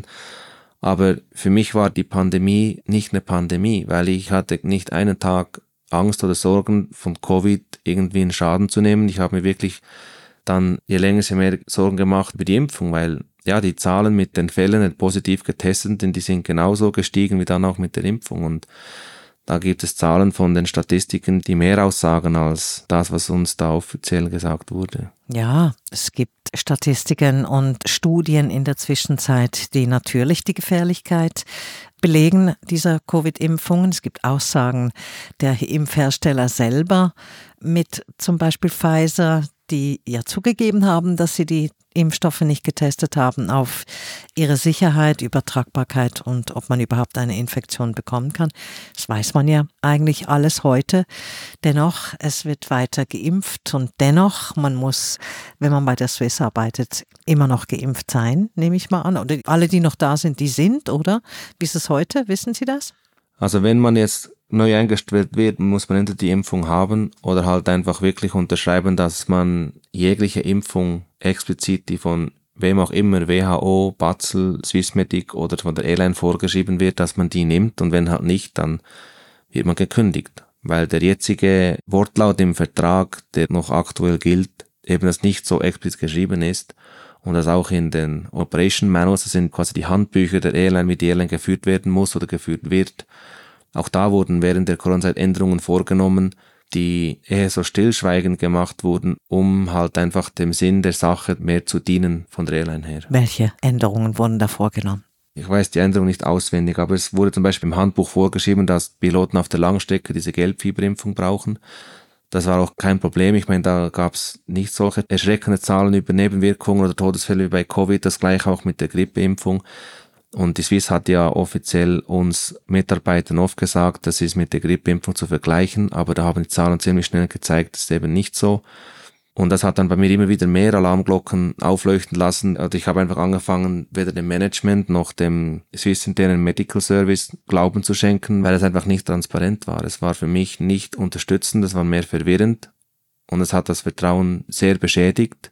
Aber für mich war die Pandemie nicht eine Pandemie, weil ich hatte nicht einen Tag Angst oder Sorgen von Covid irgendwie einen Schaden zu nehmen. Ich habe mir wirklich dann je länger je mehr Sorgen gemacht über die Impfung, weil ja, die Zahlen mit den Fällen, die positiv getestet sind, die sind genauso gestiegen wie dann auch mit der Impfung. Und da gibt es Zahlen von den Statistiken, die mehr aussagen als das, was uns da offiziell gesagt wurde. Ja, es gibt Statistiken und Studien in der Zwischenzeit, die natürlich die Gefährlichkeit belegen dieser Covid-Impfungen. Es gibt Aussagen der Impfhersteller selber mit zum Beispiel Pfizer, die ja zugegeben haben, dass sie die Impfstoffe nicht getestet haben auf ihre Sicherheit, Übertragbarkeit und ob man überhaupt eine Infektion bekommen kann. Das weiß man ja eigentlich alles heute. Dennoch, es wird weiter geimpft und dennoch, man muss, wenn man bei der Swiss arbeitet, immer noch geimpft sein, nehme ich mal an. Oder alle, die noch da sind, die sind, oder? Wie ist es heute? Wissen Sie das? Also wenn man jetzt neu eingestellt wird, muss man entweder die Impfung haben oder halt einfach wirklich unterschreiben, dass man jegliche Impfung explizit, die von wem auch immer, WHO, Batzel, Swissmedic oder von der Airline vorgeschrieben wird, dass man die nimmt und wenn halt nicht, dann wird man gekündigt. Weil der jetzige Wortlaut im Vertrag, der noch aktuell gilt, eben das nicht so explizit geschrieben ist und das auch in den Operation Manuals, das sind quasi die Handbücher der Airline, wie die Airline geführt werden muss oder geführt wird. Auch da wurden während der Corona-Zeit Änderungen vorgenommen, die eher so stillschweigend gemacht wurden, um halt einfach dem Sinn der Sache mehr zu dienen von der Airline her. Welche Änderungen wurden da vorgenommen? Ich weiß die Änderung nicht auswendig, aber es wurde zum Beispiel im Handbuch vorgeschrieben, dass Piloten auf der Langstrecke diese Gelbfieberimpfung brauchen. Das war auch kein Problem. Ich meine, da gab es nicht solche erschreckende Zahlen über Nebenwirkungen oder Todesfälle wie bei Covid, das gleiche auch mit der Grippeimpfung. Und die Swiss hat ja offiziell uns Mitarbeitern oft gesagt, das ist mit der Grippeimpfung zu vergleichen, aber da haben die Zahlen ziemlich schnell gezeigt, das ist eben nicht so. Und das hat dann bei mir immer wieder mehr Alarmglocken aufleuchten lassen. Also ich habe einfach angefangen, weder dem Management noch dem Swiss internen Medical Service Glauben zu schenken, weil es einfach nicht transparent war. Es war für mich nicht unterstützend, es war mehr verwirrend und es hat das Vertrauen sehr beschädigt.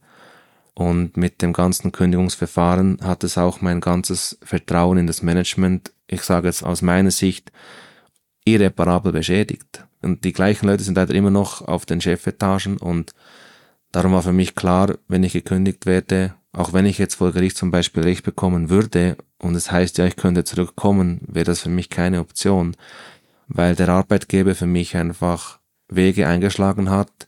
Und mit dem ganzen Kündigungsverfahren hat es auch mein ganzes Vertrauen in das Management, ich sage jetzt aus meiner Sicht, irreparabel beschädigt. Und die gleichen Leute sind leider immer noch auf den Chefetagen und darum war für mich klar, wenn ich gekündigt werde, auch wenn ich jetzt vor Gericht zum Beispiel Recht bekommen würde und es heißt ja, ich könnte zurückkommen, wäre das für mich keine Option, weil der Arbeitgeber für mich einfach Wege eingeschlagen hat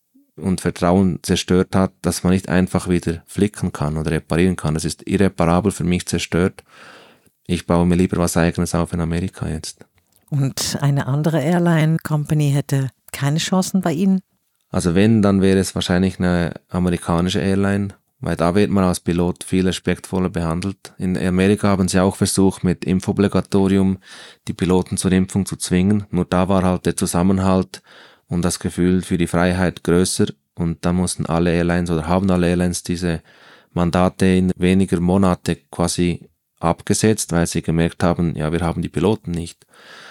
und Vertrauen zerstört hat, dass man nicht einfach wieder flicken kann oder reparieren kann. Das ist irreparabel für mich zerstört. Ich baue mir lieber was Eigenes auf in Amerika jetzt. Und eine andere Airline-Company hätte keine Chancen bei Ihnen? Also wenn, dann wäre es wahrscheinlich eine amerikanische Airline, weil da wird man als Pilot viel respektvoller behandelt. In Amerika haben sie auch versucht, mit Impfobligatorium die Piloten zur Impfung zu zwingen. Nur da war halt der Zusammenhalt und das Gefühl für die Freiheit größer und da mussten alle Airlines oder haben alle Airlines diese Mandate in weniger Monate quasi abgesetzt, weil sie gemerkt haben, ja, wir haben die Piloten nicht.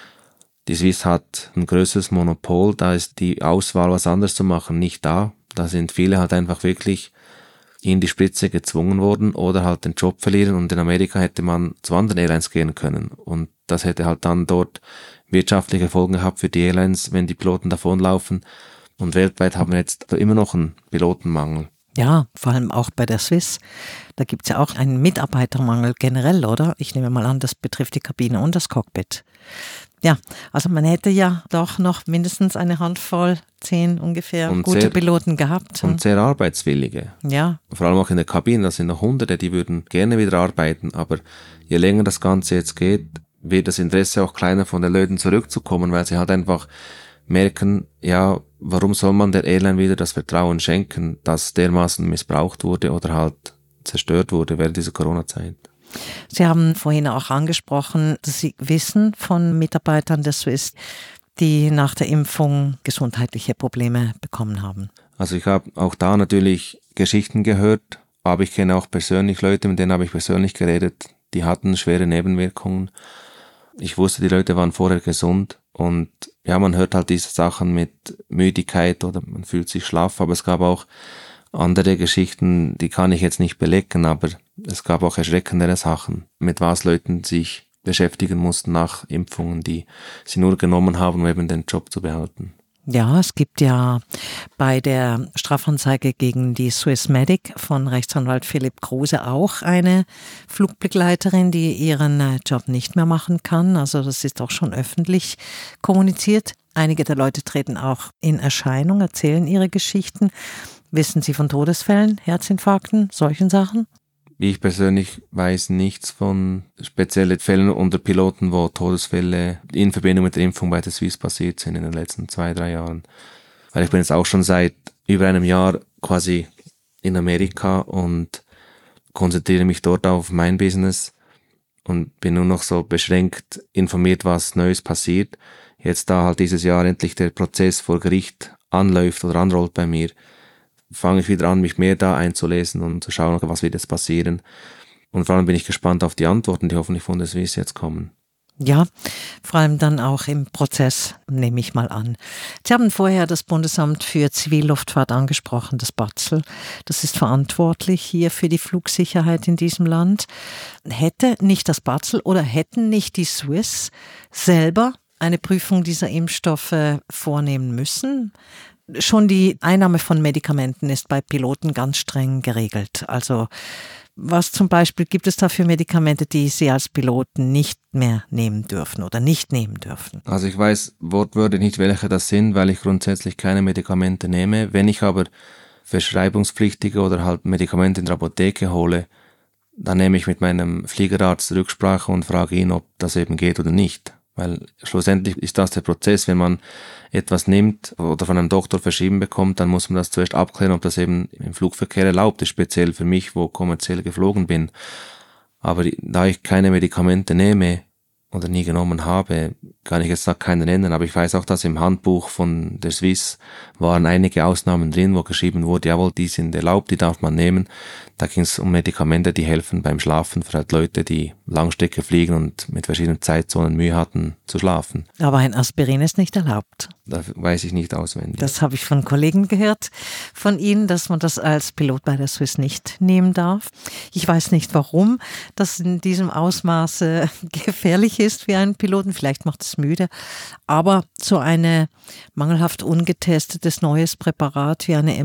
Die Swiss hat ein größeres Monopol, da ist die Auswahl, was anderes zu machen, nicht da. Da sind viele halt einfach wirklich in die Spitze gezwungen worden oder halt den Job verlieren und in Amerika hätte man zu anderen Airlines gehen können und das hätte halt dann dort wirtschaftliche Folgen gehabt für die Airlines, wenn die Piloten davonlaufen und weltweit haben wir jetzt immer noch einen Pilotenmangel. Ja, vor allem auch bei der Swiss. Da gibt es ja auch einen Mitarbeitermangel generell, oder? Ich nehme mal an, das betrifft die Kabine und das Cockpit. Ja, also man hätte ja doch noch mindestens eine Handvoll, 10 ungefähr, und gute Piloten gehabt. Und sehr arbeitswillige. Ja. Vor allem auch in der Kabine, das sind noch Hunderte, die würden gerne wieder arbeiten, aber je länger das Ganze jetzt geht, wird das Interesse auch kleiner von den Leuten zurückzukommen, weil sie halt einfach merken, ja, warum soll man der Airline wieder das Vertrauen schenken, das dermaßen missbraucht wurde oder halt zerstört wurde während dieser Corona-Zeit. Sie haben vorhin auch angesprochen, dass Sie wissen von Mitarbeitern der Swiss, die nach der Impfung gesundheitliche Probleme bekommen haben. Also ich habe auch da natürlich Geschichten gehört, aber ich kenne auch persönlich Leute, mit denen habe ich persönlich geredet, die hatten schwere Nebenwirkungen. Ich wusste, die Leute waren vorher gesund und ja, man hört halt diese Sachen mit Müdigkeit oder man fühlt sich schlaff, aber es gab auch andere Geschichten, die kann ich jetzt nicht belegen, aber es gab auch erschreckendere Sachen, mit was Leuten sich beschäftigen mussten nach Impfungen, die sie nur genommen haben, um eben den Job zu behalten. Ja, es gibt ja bei der Strafanzeige gegen die Swissmedic von Rechtsanwalt Philipp Kruse auch eine Flugbegleiterin, die ihren Job nicht mehr machen kann. Also das ist auch schon öffentlich kommuniziert. Einige der Leute treten auch in Erscheinung, erzählen ihre Geschichten. Wissen Sie von Todesfällen, Herzinfarkten, solchen Sachen? Ich persönlich weiß nichts von speziellen Fällen unter Piloten, wo Todesfälle in Verbindung mit der Impfung bei der Swiss passiert sind in den letzten 2-3 Jahren. Weil ich bin jetzt auch schon seit über einem Jahr quasi in Amerika und konzentriere mich dort auf mein Business und bin nur noch so beschränkt informiert, was Neues passiert. Jetzt da halt dieses Jahr endlich der Prozess vor Gericht anläuft oder anrollt bei mir, fange ich wieder an, mich mehr da einzulesen und zu schauen, was wird jetzt passieren. Und vor allem bin ich gespannt auf die Antworten, die hoffentlich von der Swiss jetzt kommen. Ja, vor allem dann auch im Prozess, nehme ich mal an. Sie haben vorher das Bundesamt für Zivilluftfahrt angesprochen, das BAZL. Das ist verantwortlich hier für die Flugsicherheit in diesem Land. Hätte nicht das BAZL oder hätten nicht die Swiss selber eine Prüfung dieser Impfstoffe vornehmen müssen? Schon die Einnahme von Medikamenten ist bei Piloten ganz streng geregelt. Also was zum Beispiel gibt es da für Medikamente, die Sie als Piloten nicht mehr nehmen dürfen oder nicht nehmen dürfen? Also ich weiß wortwörtlich nicht, welche das sind, weil ich grundsätzlich keine Medikamente nehme. Wenn ich aber verschreibungspflichtige oder halt Medikamente in der Apotheke hole, dann nehme ich mit meinem Fliegerarzt Rücksprache und frage ihn, ob das eben geht oder nicht. Weil schlussendlich ist das der Prozess, wenn man etwas nimmt oder von einem Doktor verschrieben bekommt, dann muss man das zuerst abklären, ob das eben im Flugverkehr erlaubt ist, speziell für mich, wo kommerziell geflogen bin. Aber da ich keine Medikamente nehme oder nie genommen habe, kann ich jetzt noch keinen nennen, aber ich weiß auch, dass im Handbuch von der Swiss waren einige Ausnahmen drin, wo geschrieben wurde, jawohl, die sind erlaubt, die darf man nehmen. Da ging es um Medikamente, die helfen beim Schlafen für halt Leute, die Langstrecke fliegen und mit verschiedenen Zeitzonen Mühe hatten zu schlafen. Aber ein Aspirin ist nicht erlaubt. Das weiß ich nicht auswendig. Das habe ich von Kollegen gehört von Ihnen, dass man das als Pilot bei der Swiss nicht nehmen darf. Ich weiß nicht, warum das in diesem Ausmaße gefährlich ist für einen Piloten. Vielleicht macht es müde. Aber so eine mangelhaft ungetestetes neues Präparat wie eine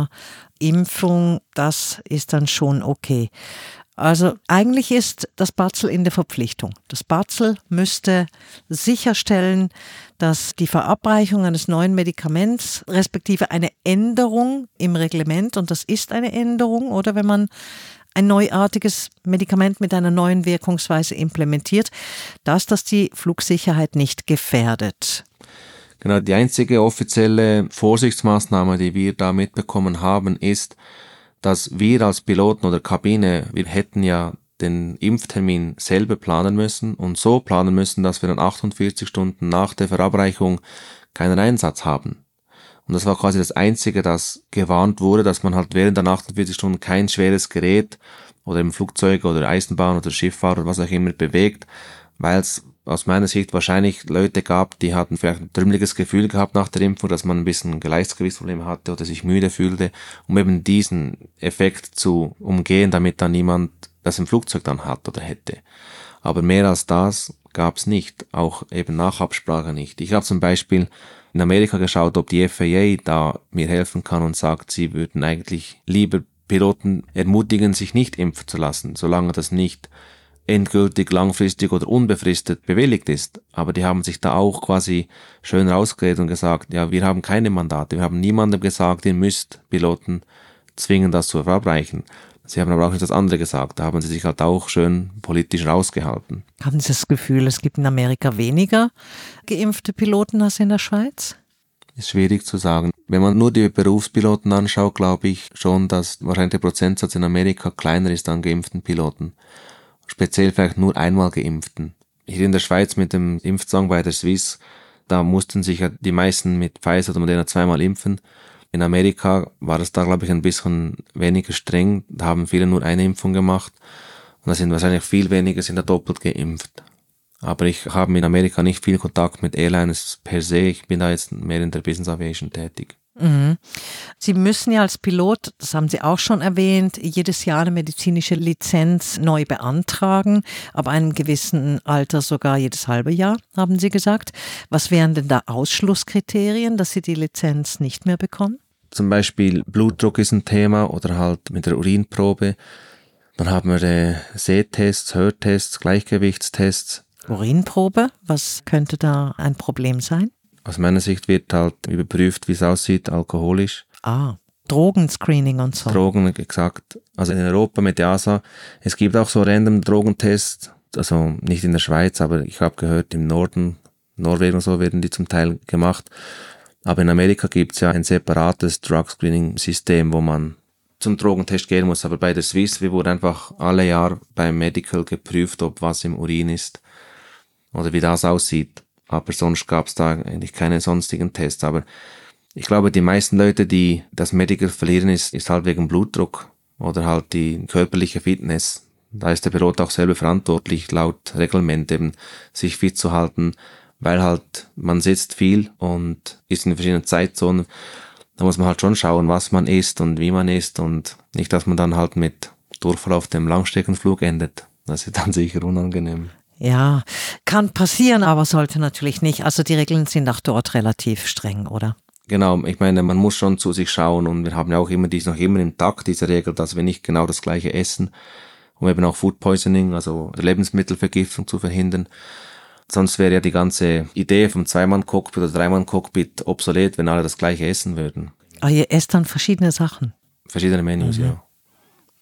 mRNA-Impfung, das ist dann schon okay. Also eigentlich ist das BAZEL in der Verpflichtung. Das BAZEL müsste sicherstellen, dass die Verabreichung eines neuen Medikaments respektive eine Änderung im Reglement, und das ist eine Änderung, oder wenn man ein neuartiges Medikament mit einer neuen Wirkungsweise implementiert, dass das die Flugsicherheit nicht gefährdet. Genau, die einzige offizielle Vorsichtsmaßnahme, die wir da mitbekommen haben, ist, dass wir als Piloten oder Kabine, wir hätten ja den Impftermin selber planen müssen und so planen müssen, dass wir dann 48 Stunden nach der Verabreichung keinen Einsatz haben. Und das war quasi das Einzige, das gewarnt wurde, dass man halt während der 48 Stunden kein schweres Gerät oder im Flugzeug oder Eisenbahn oder Schifffahrt oder was auch immer bewegt, weil es aus meiner Sicht wahrscheinlich Leute gab, die hatten vielleicht ein trümmeliges Gefühl gehabt nach der Impfung, dass man ein bisschen Gleichgewichtsprobleme hatte oder sich müde fühlte, um eben diesen Effekt zu umgehen, damit dann niemand das im Flugzeug dann hat oder hätte. Aber mehr als das gab es nicht, auch eben nach Absprache nicht. Ich habe zum Beispiel in Amerika geschaut, ob die FAA da mir helfen kann und sagt, sie würden eigentlich lieber Piloten ermutigen, sich nicht impfen zu lassen, solange das nicht endgültig, langfristig oder unbefristet bewilligt ist. Aber die haben sich da auch quasi schön rausgeredet und gesagt, ja, wir haben keine Mandate, wir haben niemandem gesagt, ihr müsst Piloten zwingen, das zu verabreichen. Sie haben aber auch nicht das andere gesagt, da haben sie sich halt auch schön politisch rausgehalten. Haben Sie das Gefühl, es gibt in Amerika weniger geimpfte Piloten als in der Schweiz? Ist schwierig zu sagen. Wenn man nur die Berufspiloten anschaut, glaube ich schon, dass wahrscheinlich der Prozentsatz in Amerika kleiner ist an geimpften Piloten. Speziell vielleicht nur einmal Geimpften. Hier in der Schweiz mit dem Impfzwang bei der Swiss, da mussten sich ja die meisten mit Pfizer oder Moderna zweimal impfen. In Amerika war das da, glaube ich, ein bisschen weniger streng. Da haben viele nur eine Impfung gemacht. Und da sind wahrscheinlich viel weniger sind da doppelt geimpft. Aber ich habe in Amerika nicht viel Kontakt mit Airlines per se. Ich bin da jetzt mehr in der Business Aviation tätig. Mhm. Sie müssen ja als Pilot, das haben Sie auch schon erwähnt, jedes Jahr eine medizinische Lizenz neu beantragen, ab einem gewissen Alter sogar jedes halbe Jahr, haben Sie gesagt. Was wären denn da Ausschlusskriterien, dass Sie die Lizenz nicht mehr bekommen? Zum Beispiel Blutdruck ist ein Thema oder halt mit der Urinprobe. Dann haben wir Sehtests, Hörtests, Gleichgewichtstests. Urinprobe, was könnte da ein Problem sein? Aus meiner Sicht wird halt überprüft, wie es aussieht, alkoholisch. Drogenscreening und so. Drogen, exakt. Also in Europa mit EASA. Es gibt auch so random Drogentests, also nicht in der Schweiz, aber ich habe gehört, im Norden, Norwegen und so werden die zum Teil gemacht. Aber in Amerika gibt es ja ein separates Drug-Screening-System, wo man zum Drogentest gehen muss. Aber bei der Swiss, wir wurden einfach alle Jahre beim Medical geprüft, ob was im Urin ist oder wie das aussieht. Aber sonst gab es da eigentlich keine sonstigen Tests. Aber ich glaube, die meisten Leute, die das Medical verlieren, ist halt wegen Blutdruck oder halt die körperliche Fitness. Da ist der Pilot auch selber verantwortlich, laut Reglement eben, sich fit zu halten, weil halt man sitzt viel und ist in verschiedenen Zeitzonen. Da muss man halt schon schauen, was man isst und wie man isst und nicht, dass man dann halt mit Durchfall auf dem Langstreckenflug endet. Das ist dann sicher unangenehm. Ja, kann passieren, aber sollte natürlich nicht. Also die Regeln sind auch dort relativ streng, oder? Genau, ich meine, man muss schon zu sich schauen und wir haben ja auch immer noch immer im Takt diese Regel, dass wir nicht genau das Gleiche essen, um eben auch Food Poisoning, also Lebensmittelvergiftung zu verhindern. Sonst wäre ja die ganze Idee vom Zweimann-Cockpit oder Dreimann-Cockpit obsolet, wenn alle das Gleiche essen würden. Aber ihr esst dann verschiedene Sachen? Verschiedene Menüs, ja.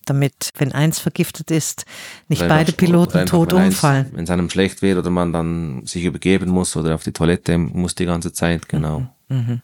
damit, wenn eins vergiftet ist, nicht beide Piloten tot umfallen. Wenn es einem schlecht wird oder man dann sich übergeben muss oder auf die Toilette muss die ganze Zeit, genau. Mhm.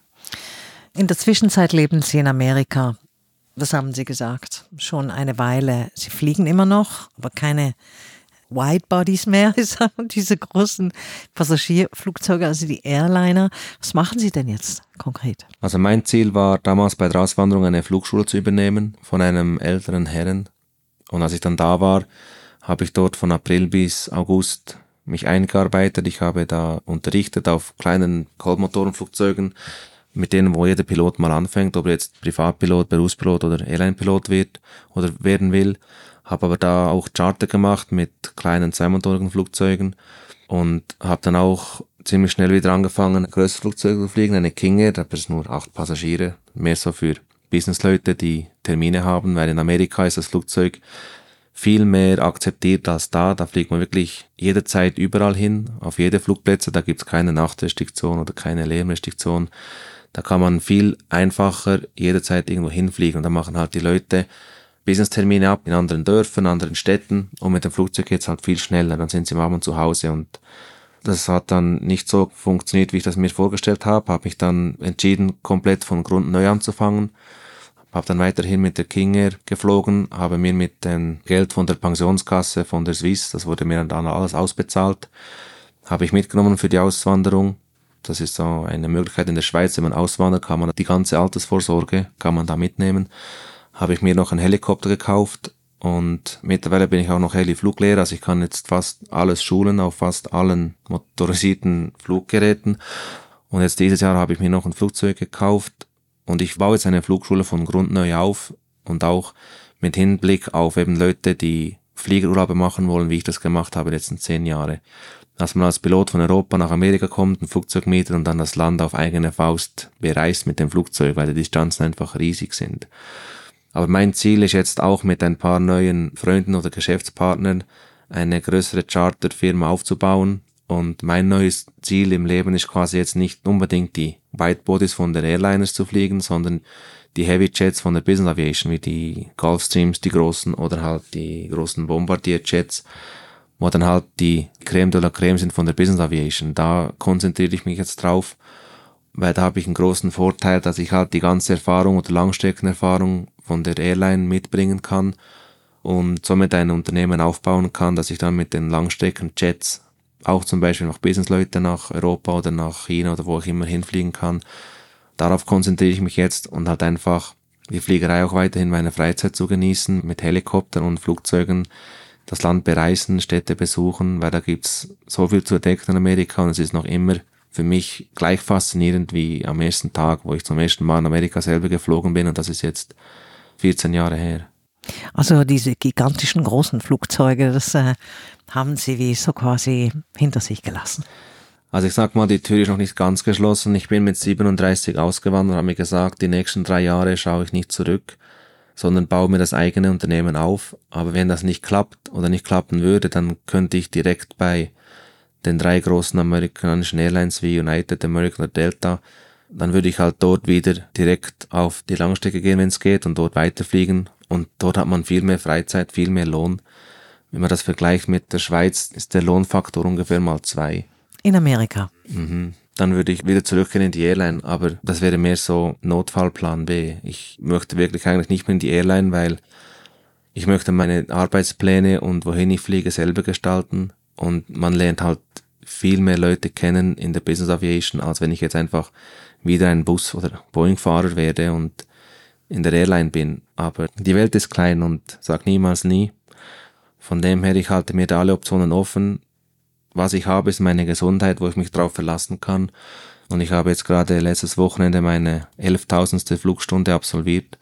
In der Zwischenzeit leben Sie in Amerika. Das haben Sie gesagt, schon eine Weile. Sie fliegen immer noch, aber keine Widebodies mehr, diese großen Passagierflugzeuge, also die Airliner. Was machen Sie denn jetzt konkret? Also mein Ziel war damals bei der Auswanderung eine Flugschule zu übernehmen von einem älteren Herrn. Und als ich dann da war, habe ich dort von April bis August mich eingearbeitet. Ich habe da unterrichtet auf kleinen Kolbmotorenflugzeugen, mit denen, wo jeder Pilot mal anfängt, ob er jetzt Privatpilot, Berufspilot oder Airline-Pilot wird oder werden will. Habe aber da auch Charter gemacht mit kleinen zweimotorigen Flugzeugen und habe dann auch ziemlich schnell wieder angefangen, größere Flugzeuge zu fliegen, eine King Air, da ist nur 8 Passagiere, mehr so für Businessleute, die Termine haben, weil in Amerika ist das Flugzeug viel mehr akzeptiert als da. Da fliegt man wirklich jederzeit überall hin, auf jede Flugplätze, da gibt's keine Nachtrestriktion oder keine Lärmrestriktion. Da kann man viel einfacher jederzeit irgendwo hinfliegen und da machen halt die Leute Business-Termine ab in anderen Dörfern, anderen Städten und mit dem Flugzeug geht's halt viel schneller, dann sind sie am Abend zu Hause und das hat dann nicht so funktioniert, wie ich das mir vorgestellt habe mich dann entschieden, komplett von Grund neu anzufangen, habe dann weiterhin mit der King Air geflogen, habe mir mit dem Geld von der Pensionskasse, von der Swiss, das wurde mir dann alles ausbezahlt, habe ich mitgenommen für die Auswanderung. Das ist so eine Möglichkeit in der Schweiz, wenn man auswandert, kann man die ganze Altersvorsorge, kann man da mitnehmen. Habe ich mir noch einen Helikopter gekauft und mittlerweile bin ich auch noch Heli-Fluglehrer, also ich kann jetzt fast alles schulen auf fast allen motorisierten Fluggeräten und jetzt dieses Jahr habe ich mir noch ein Flugzeug gekauft und ich baue jetzt eine Flugschule von Grund neu auf und auch mit Hinblick auf eben Leute, die Fliegerurlaube machen wollen, wie ich das gemacht habe die letzten 10 Jahre. Dass man als Pilot von Europa nach Amerika kommt, ein Flugzeug mietet und dann das Land auf eigene Faust bereist mit dem Flugzeug, weil die Distanzen einfach riesig sind. Aber mein Ziel ist jetzt auch mit ein paar neuen Freunden oder Geschäftspartnern eine größere Charterfirma aufzubauen. Und mein neues Ziel im Leben ist quasi jetzt nicht unbedingt die Widebodies von der Airliners zu fliegen, sondern die Heavy Jets von der Business Aviation, wie die Gulfstreams, die großen, oder halt die großen Bombardier Jets, wo dann halt die Crème de la Crème sind von der Business Aviation. Da konzentriere ich mich jetzt drauf, weil da habe ich einen großen Vorteil, dass ich halt die ganze Erfahrung oder Langstreckenerfahrung von der Airline mitbringen kann und somit ein Unternehmen aufbauen kann, dass ich dann mit den Langstrecken-Jets auch zum Beispiel noch Businessleute nach Europa oder nach China oder wo ich immer hinfliegen kann. Darauf konzentriere ich mich jetzt und halt einfach die Fliegerei auch weiterhin meine Freizeit zu genießen, mit Helikoptern und Flugzeugen das Land bereisen, Städte besuchen, weil da gibt's so viel zu entdecken in Amerika und es ist noch immer für mich gleich faszinierend wie am ersten Tag, wo ich zum ersten Mal in Amerika selber geflogen bin und das ist jetzt 14 Jahre her. Also diese gigantischen großen Flugzeuge, das haben Sie wie so quasi hinter sich gelassen. Also ich sag mal, die Tür ist noch nicht ganz geschlossen. Ich bin mit 37 ausgewandert und habe mir gesagt, die nächsten 3 Jahre schaue ich nicht zurück, sondern baue mir das eigene Unternehmen auf. Aber wenn das nicht klappt oder nicht klappen würde, dann könnte ich direkt bei den 3 großen amerikanischen Airlines wie United, American oder Delta, dann würde ich halt dort wieder direkt auf die Langstrecke gehen, wenn es geht, und dort weiterfliegen. Und dort hat man viel mehr Freizeit, viel mehr Lohn. Wenn man das vergleicht mit der Schweiz, ist der Lohnfaktor ungefähr mal 2. In Amerika? Dann würde ich wieder zurückgehen in die Airline, aber das wäre mehr so Notfallplan B. Ich möchte wirklich eigentlich nicht mehr in die Airline, weil ich möchte meine Arbeitspläne und wohin ich fliege selber gestalten. Und man lernt halt viel mehr Leute kennen in der Business Aviation, als wenn ich jetzt einfach wieder ein Bus- oder Boeing-Fahrer werde und in der Airline bin. Aber die Welt ist klein und sag niemals nie. Von dem her, ich halte mir da alle Optionen offen. Was ich habe, ist meine Gesundheit, wo ich mich drauf verlassen kann. Und ich habe jetzt gerade letztes Wochenende meine 11.000. Flugstunde absolviert.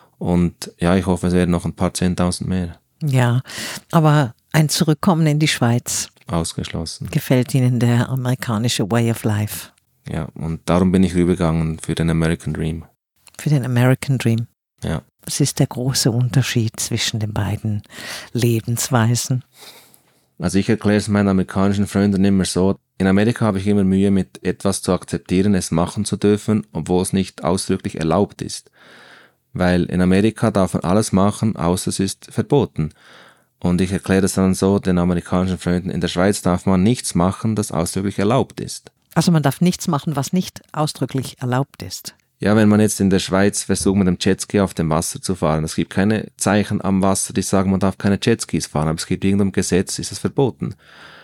Und ja, ich hoffe, es werden noch ein paar 10.000 mehr. Ja, aber ein Zurückkommen in die Schweiz. Ausgeschlossen. Gefällt Ihnen der amerikanische Way of Life? Ja, und darum bin ich rübergegangen für den American Dream. Für den American Dream? Ja. Was ist der große Unterschied zwischen den beiden Lebensweisen? Also ich erkläre es meinen amerikanischen Freunden immer so, in Amerika habe ich immer Mühe mit etwas zu akzeptieren, es machen zu dürfen, obwohl es nicht ausdrücklich erlaubt ist. weil in Amerika darf man alles machen, außer es ist verboten. Und ich erkläre das dann so den amerikanischen Freunden, in der Schweiz darf man nichts machen, das ausdrücklich erlaubt ist. Also man darf nichts machen, was nicht ausdrücklich erlaubt ist. Ja, wenn man jetzt in der Schweiz versucht, mit dem Jetski auf dem Wasser zu fahren, es gibt keine Zeichen am Wasser, die sagen, man darf keine Jetskis fahren, aber es gibt irgendein Gesetz, ist es verboten.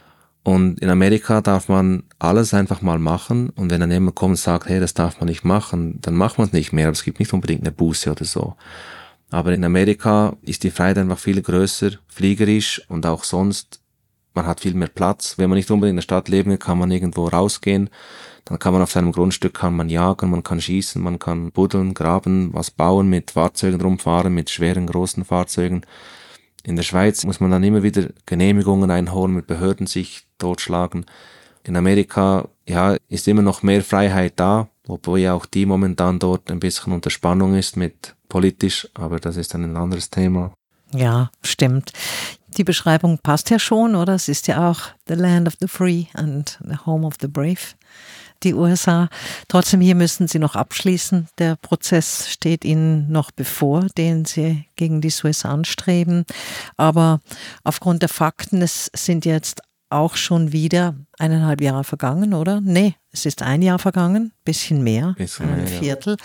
Und in Amerika darf man alles einfach mal machen und wenn dann jemand kommt und sagt, hey, das darf man nicht machen, dann macht man es nicht mehr, aber es gibt nicht unbedingt eine Buße oder so. Aber in Amerika ist die Freiheit einfach viel größer, fliegerisch und auch sonst, man hat viel mehr Platz. Wenn man nicht unbedingt in der Stadt leben will, kann man irgendwo rausgehen, dann kann man auf seinem Grundstück, kann man jagen, man kann schießen, man kann buddeln, graben, was bauen, mit Fahrzeugen rumfahren, mit schweren, großen Fahrzeugen. In der Schweiz muss man dann immer wieder Genehmigungen einholen, mit Behörden sich totschlagen. In Amerika, ja, ist immer noch mehr Freiheit da, obwohl ja auch die momentan dort ein bisschen unter Spannung ist mit politisch, aber das ist dann ein anderes Thema. Ja, stimmt. Die Beschreibung passt ja schon, oder? Es ist ja auch the land of the free and the home of the brave, die USA. Trotzdem, hier müssen Sie noch abschließen. Der Prozess steht Ihnen noch bevor, den Sie gegen die Swiss anstreben. Aber aufgrund der Fakten, es sind jetzt auch schon wieder 1,5 Jahre vergangen, oder? Nee, es ist 1 Jahr vergangen, bisschen mehr, ein Viertel.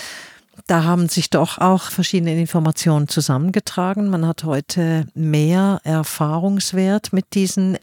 Da haben sich doch auch verschiedene Informationen zusammengetragen. Man hat heute mehr Erfahrungswert mit diesen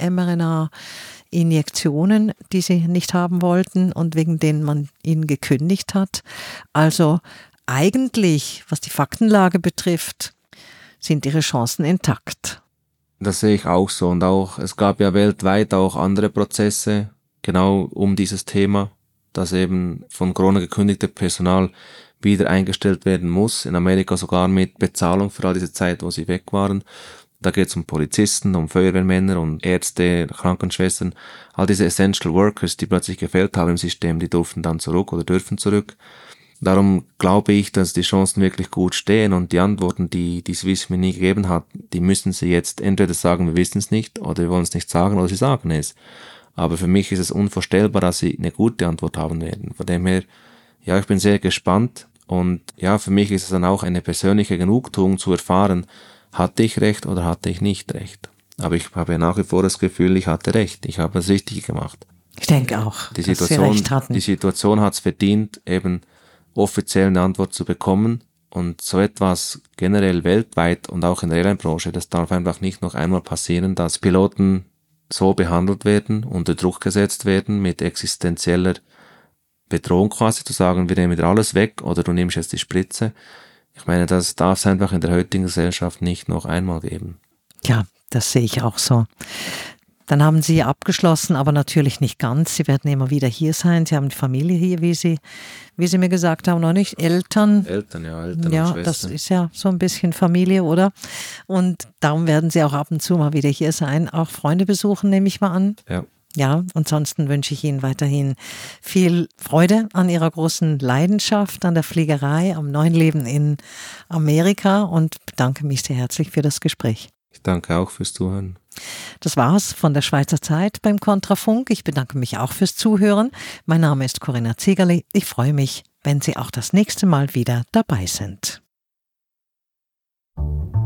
mRNA-Injektionen, die sie nicht haben wollten und wegen denen man ihnen gekündigt hat. Also eigentlich, was die Faktenlage betrifft, sind ihre Chancen intakt. Das sehe ich auch so und auch, es gab ja weltweit auch andere Prozesse, genau um dieses Thema, dass eben von Corona gekündigte Personal wieder eingestellt werden muss, in Amerika sogar mit Bezahlung für all diese Zeit, wo sie weg waren. Da geht es um Polizisten, um Feuerwehrmänner und Ärzte, Krankenschwestern, all diese Essential Workers, die plötzlich gefehlt haben im System, die durften dann zurück oder dürfen zurück. Darum glaube ich, dass die Chancen wirklich gut stehen und die Antworten, die Swiss mir nie gegeben hat, die müssen sie jetzt entweder sagen, wir wissen es nicht oder wir wollen es nicht sagen oder sie sagen es. Aber für mich ist es unvorstellbar, dass sie eine gute Antwort haben werden. Von dem her, ja, ich bin sehr gespannt und ja, für mich ist es dann auch eine persönliche Genugtuung zu erfahren, hatte ich recht oder hatte ich nicht recht. Aber ich habe ja nach wie vor das Gefühl, ich hatte recht, ich habe das Richtige gemacht. Ich denke auch, die Situation hat es verdient, eben offiziell eine Antwort zu bekommen und so etwas generell weltweit und auch in der Airline-Branche, das darf einfach nicht noch einmal passieren, dass Piloten so behandelt werden, unter Druck gesetzt werden, mit existenzieller Bedrohung quasi zu sagen, wir nehmen dir alles weg oder du nimmst jetzt die Spritze. Ich meine, das darf es einfach in der heutigen Gesellschaft nicht noch einmal geben. Ja, das sehe ich auch so. Dann haben Sie abgeschlossen, aber natürlich nicht ganz. Sie werden immer wieder hier sein. Sie haben die Familie hier, wie Sie mir gesagt haben, noch nicht? Eltern. Eltern ja, und Schwestern. Das ist ja so ein bisschen Familie, oder? Und darum werden Sie auch ab und zu mal wieder hier sein. Auch Freunde besuchen, nehme ich mal an. Ja. Ja, ansonsten wünsche ich Ihnen weiterhin viel Freude an Ihrer großen Leidenschaft, an der Fliegerei, am neuen Leben in Amerika und bedanke mich sehr herzlich für das Gespräch. Ich danke auch fürs Zuhören. Das war's von der Schweizer Zeit beim Kontrafunk. Ich bedanke mich auch fürs Zuhören. Mein Name ist Corinna Ziegerli. Ich freue mich, wenn Sie auch das nächste Mal wieder dabei sind.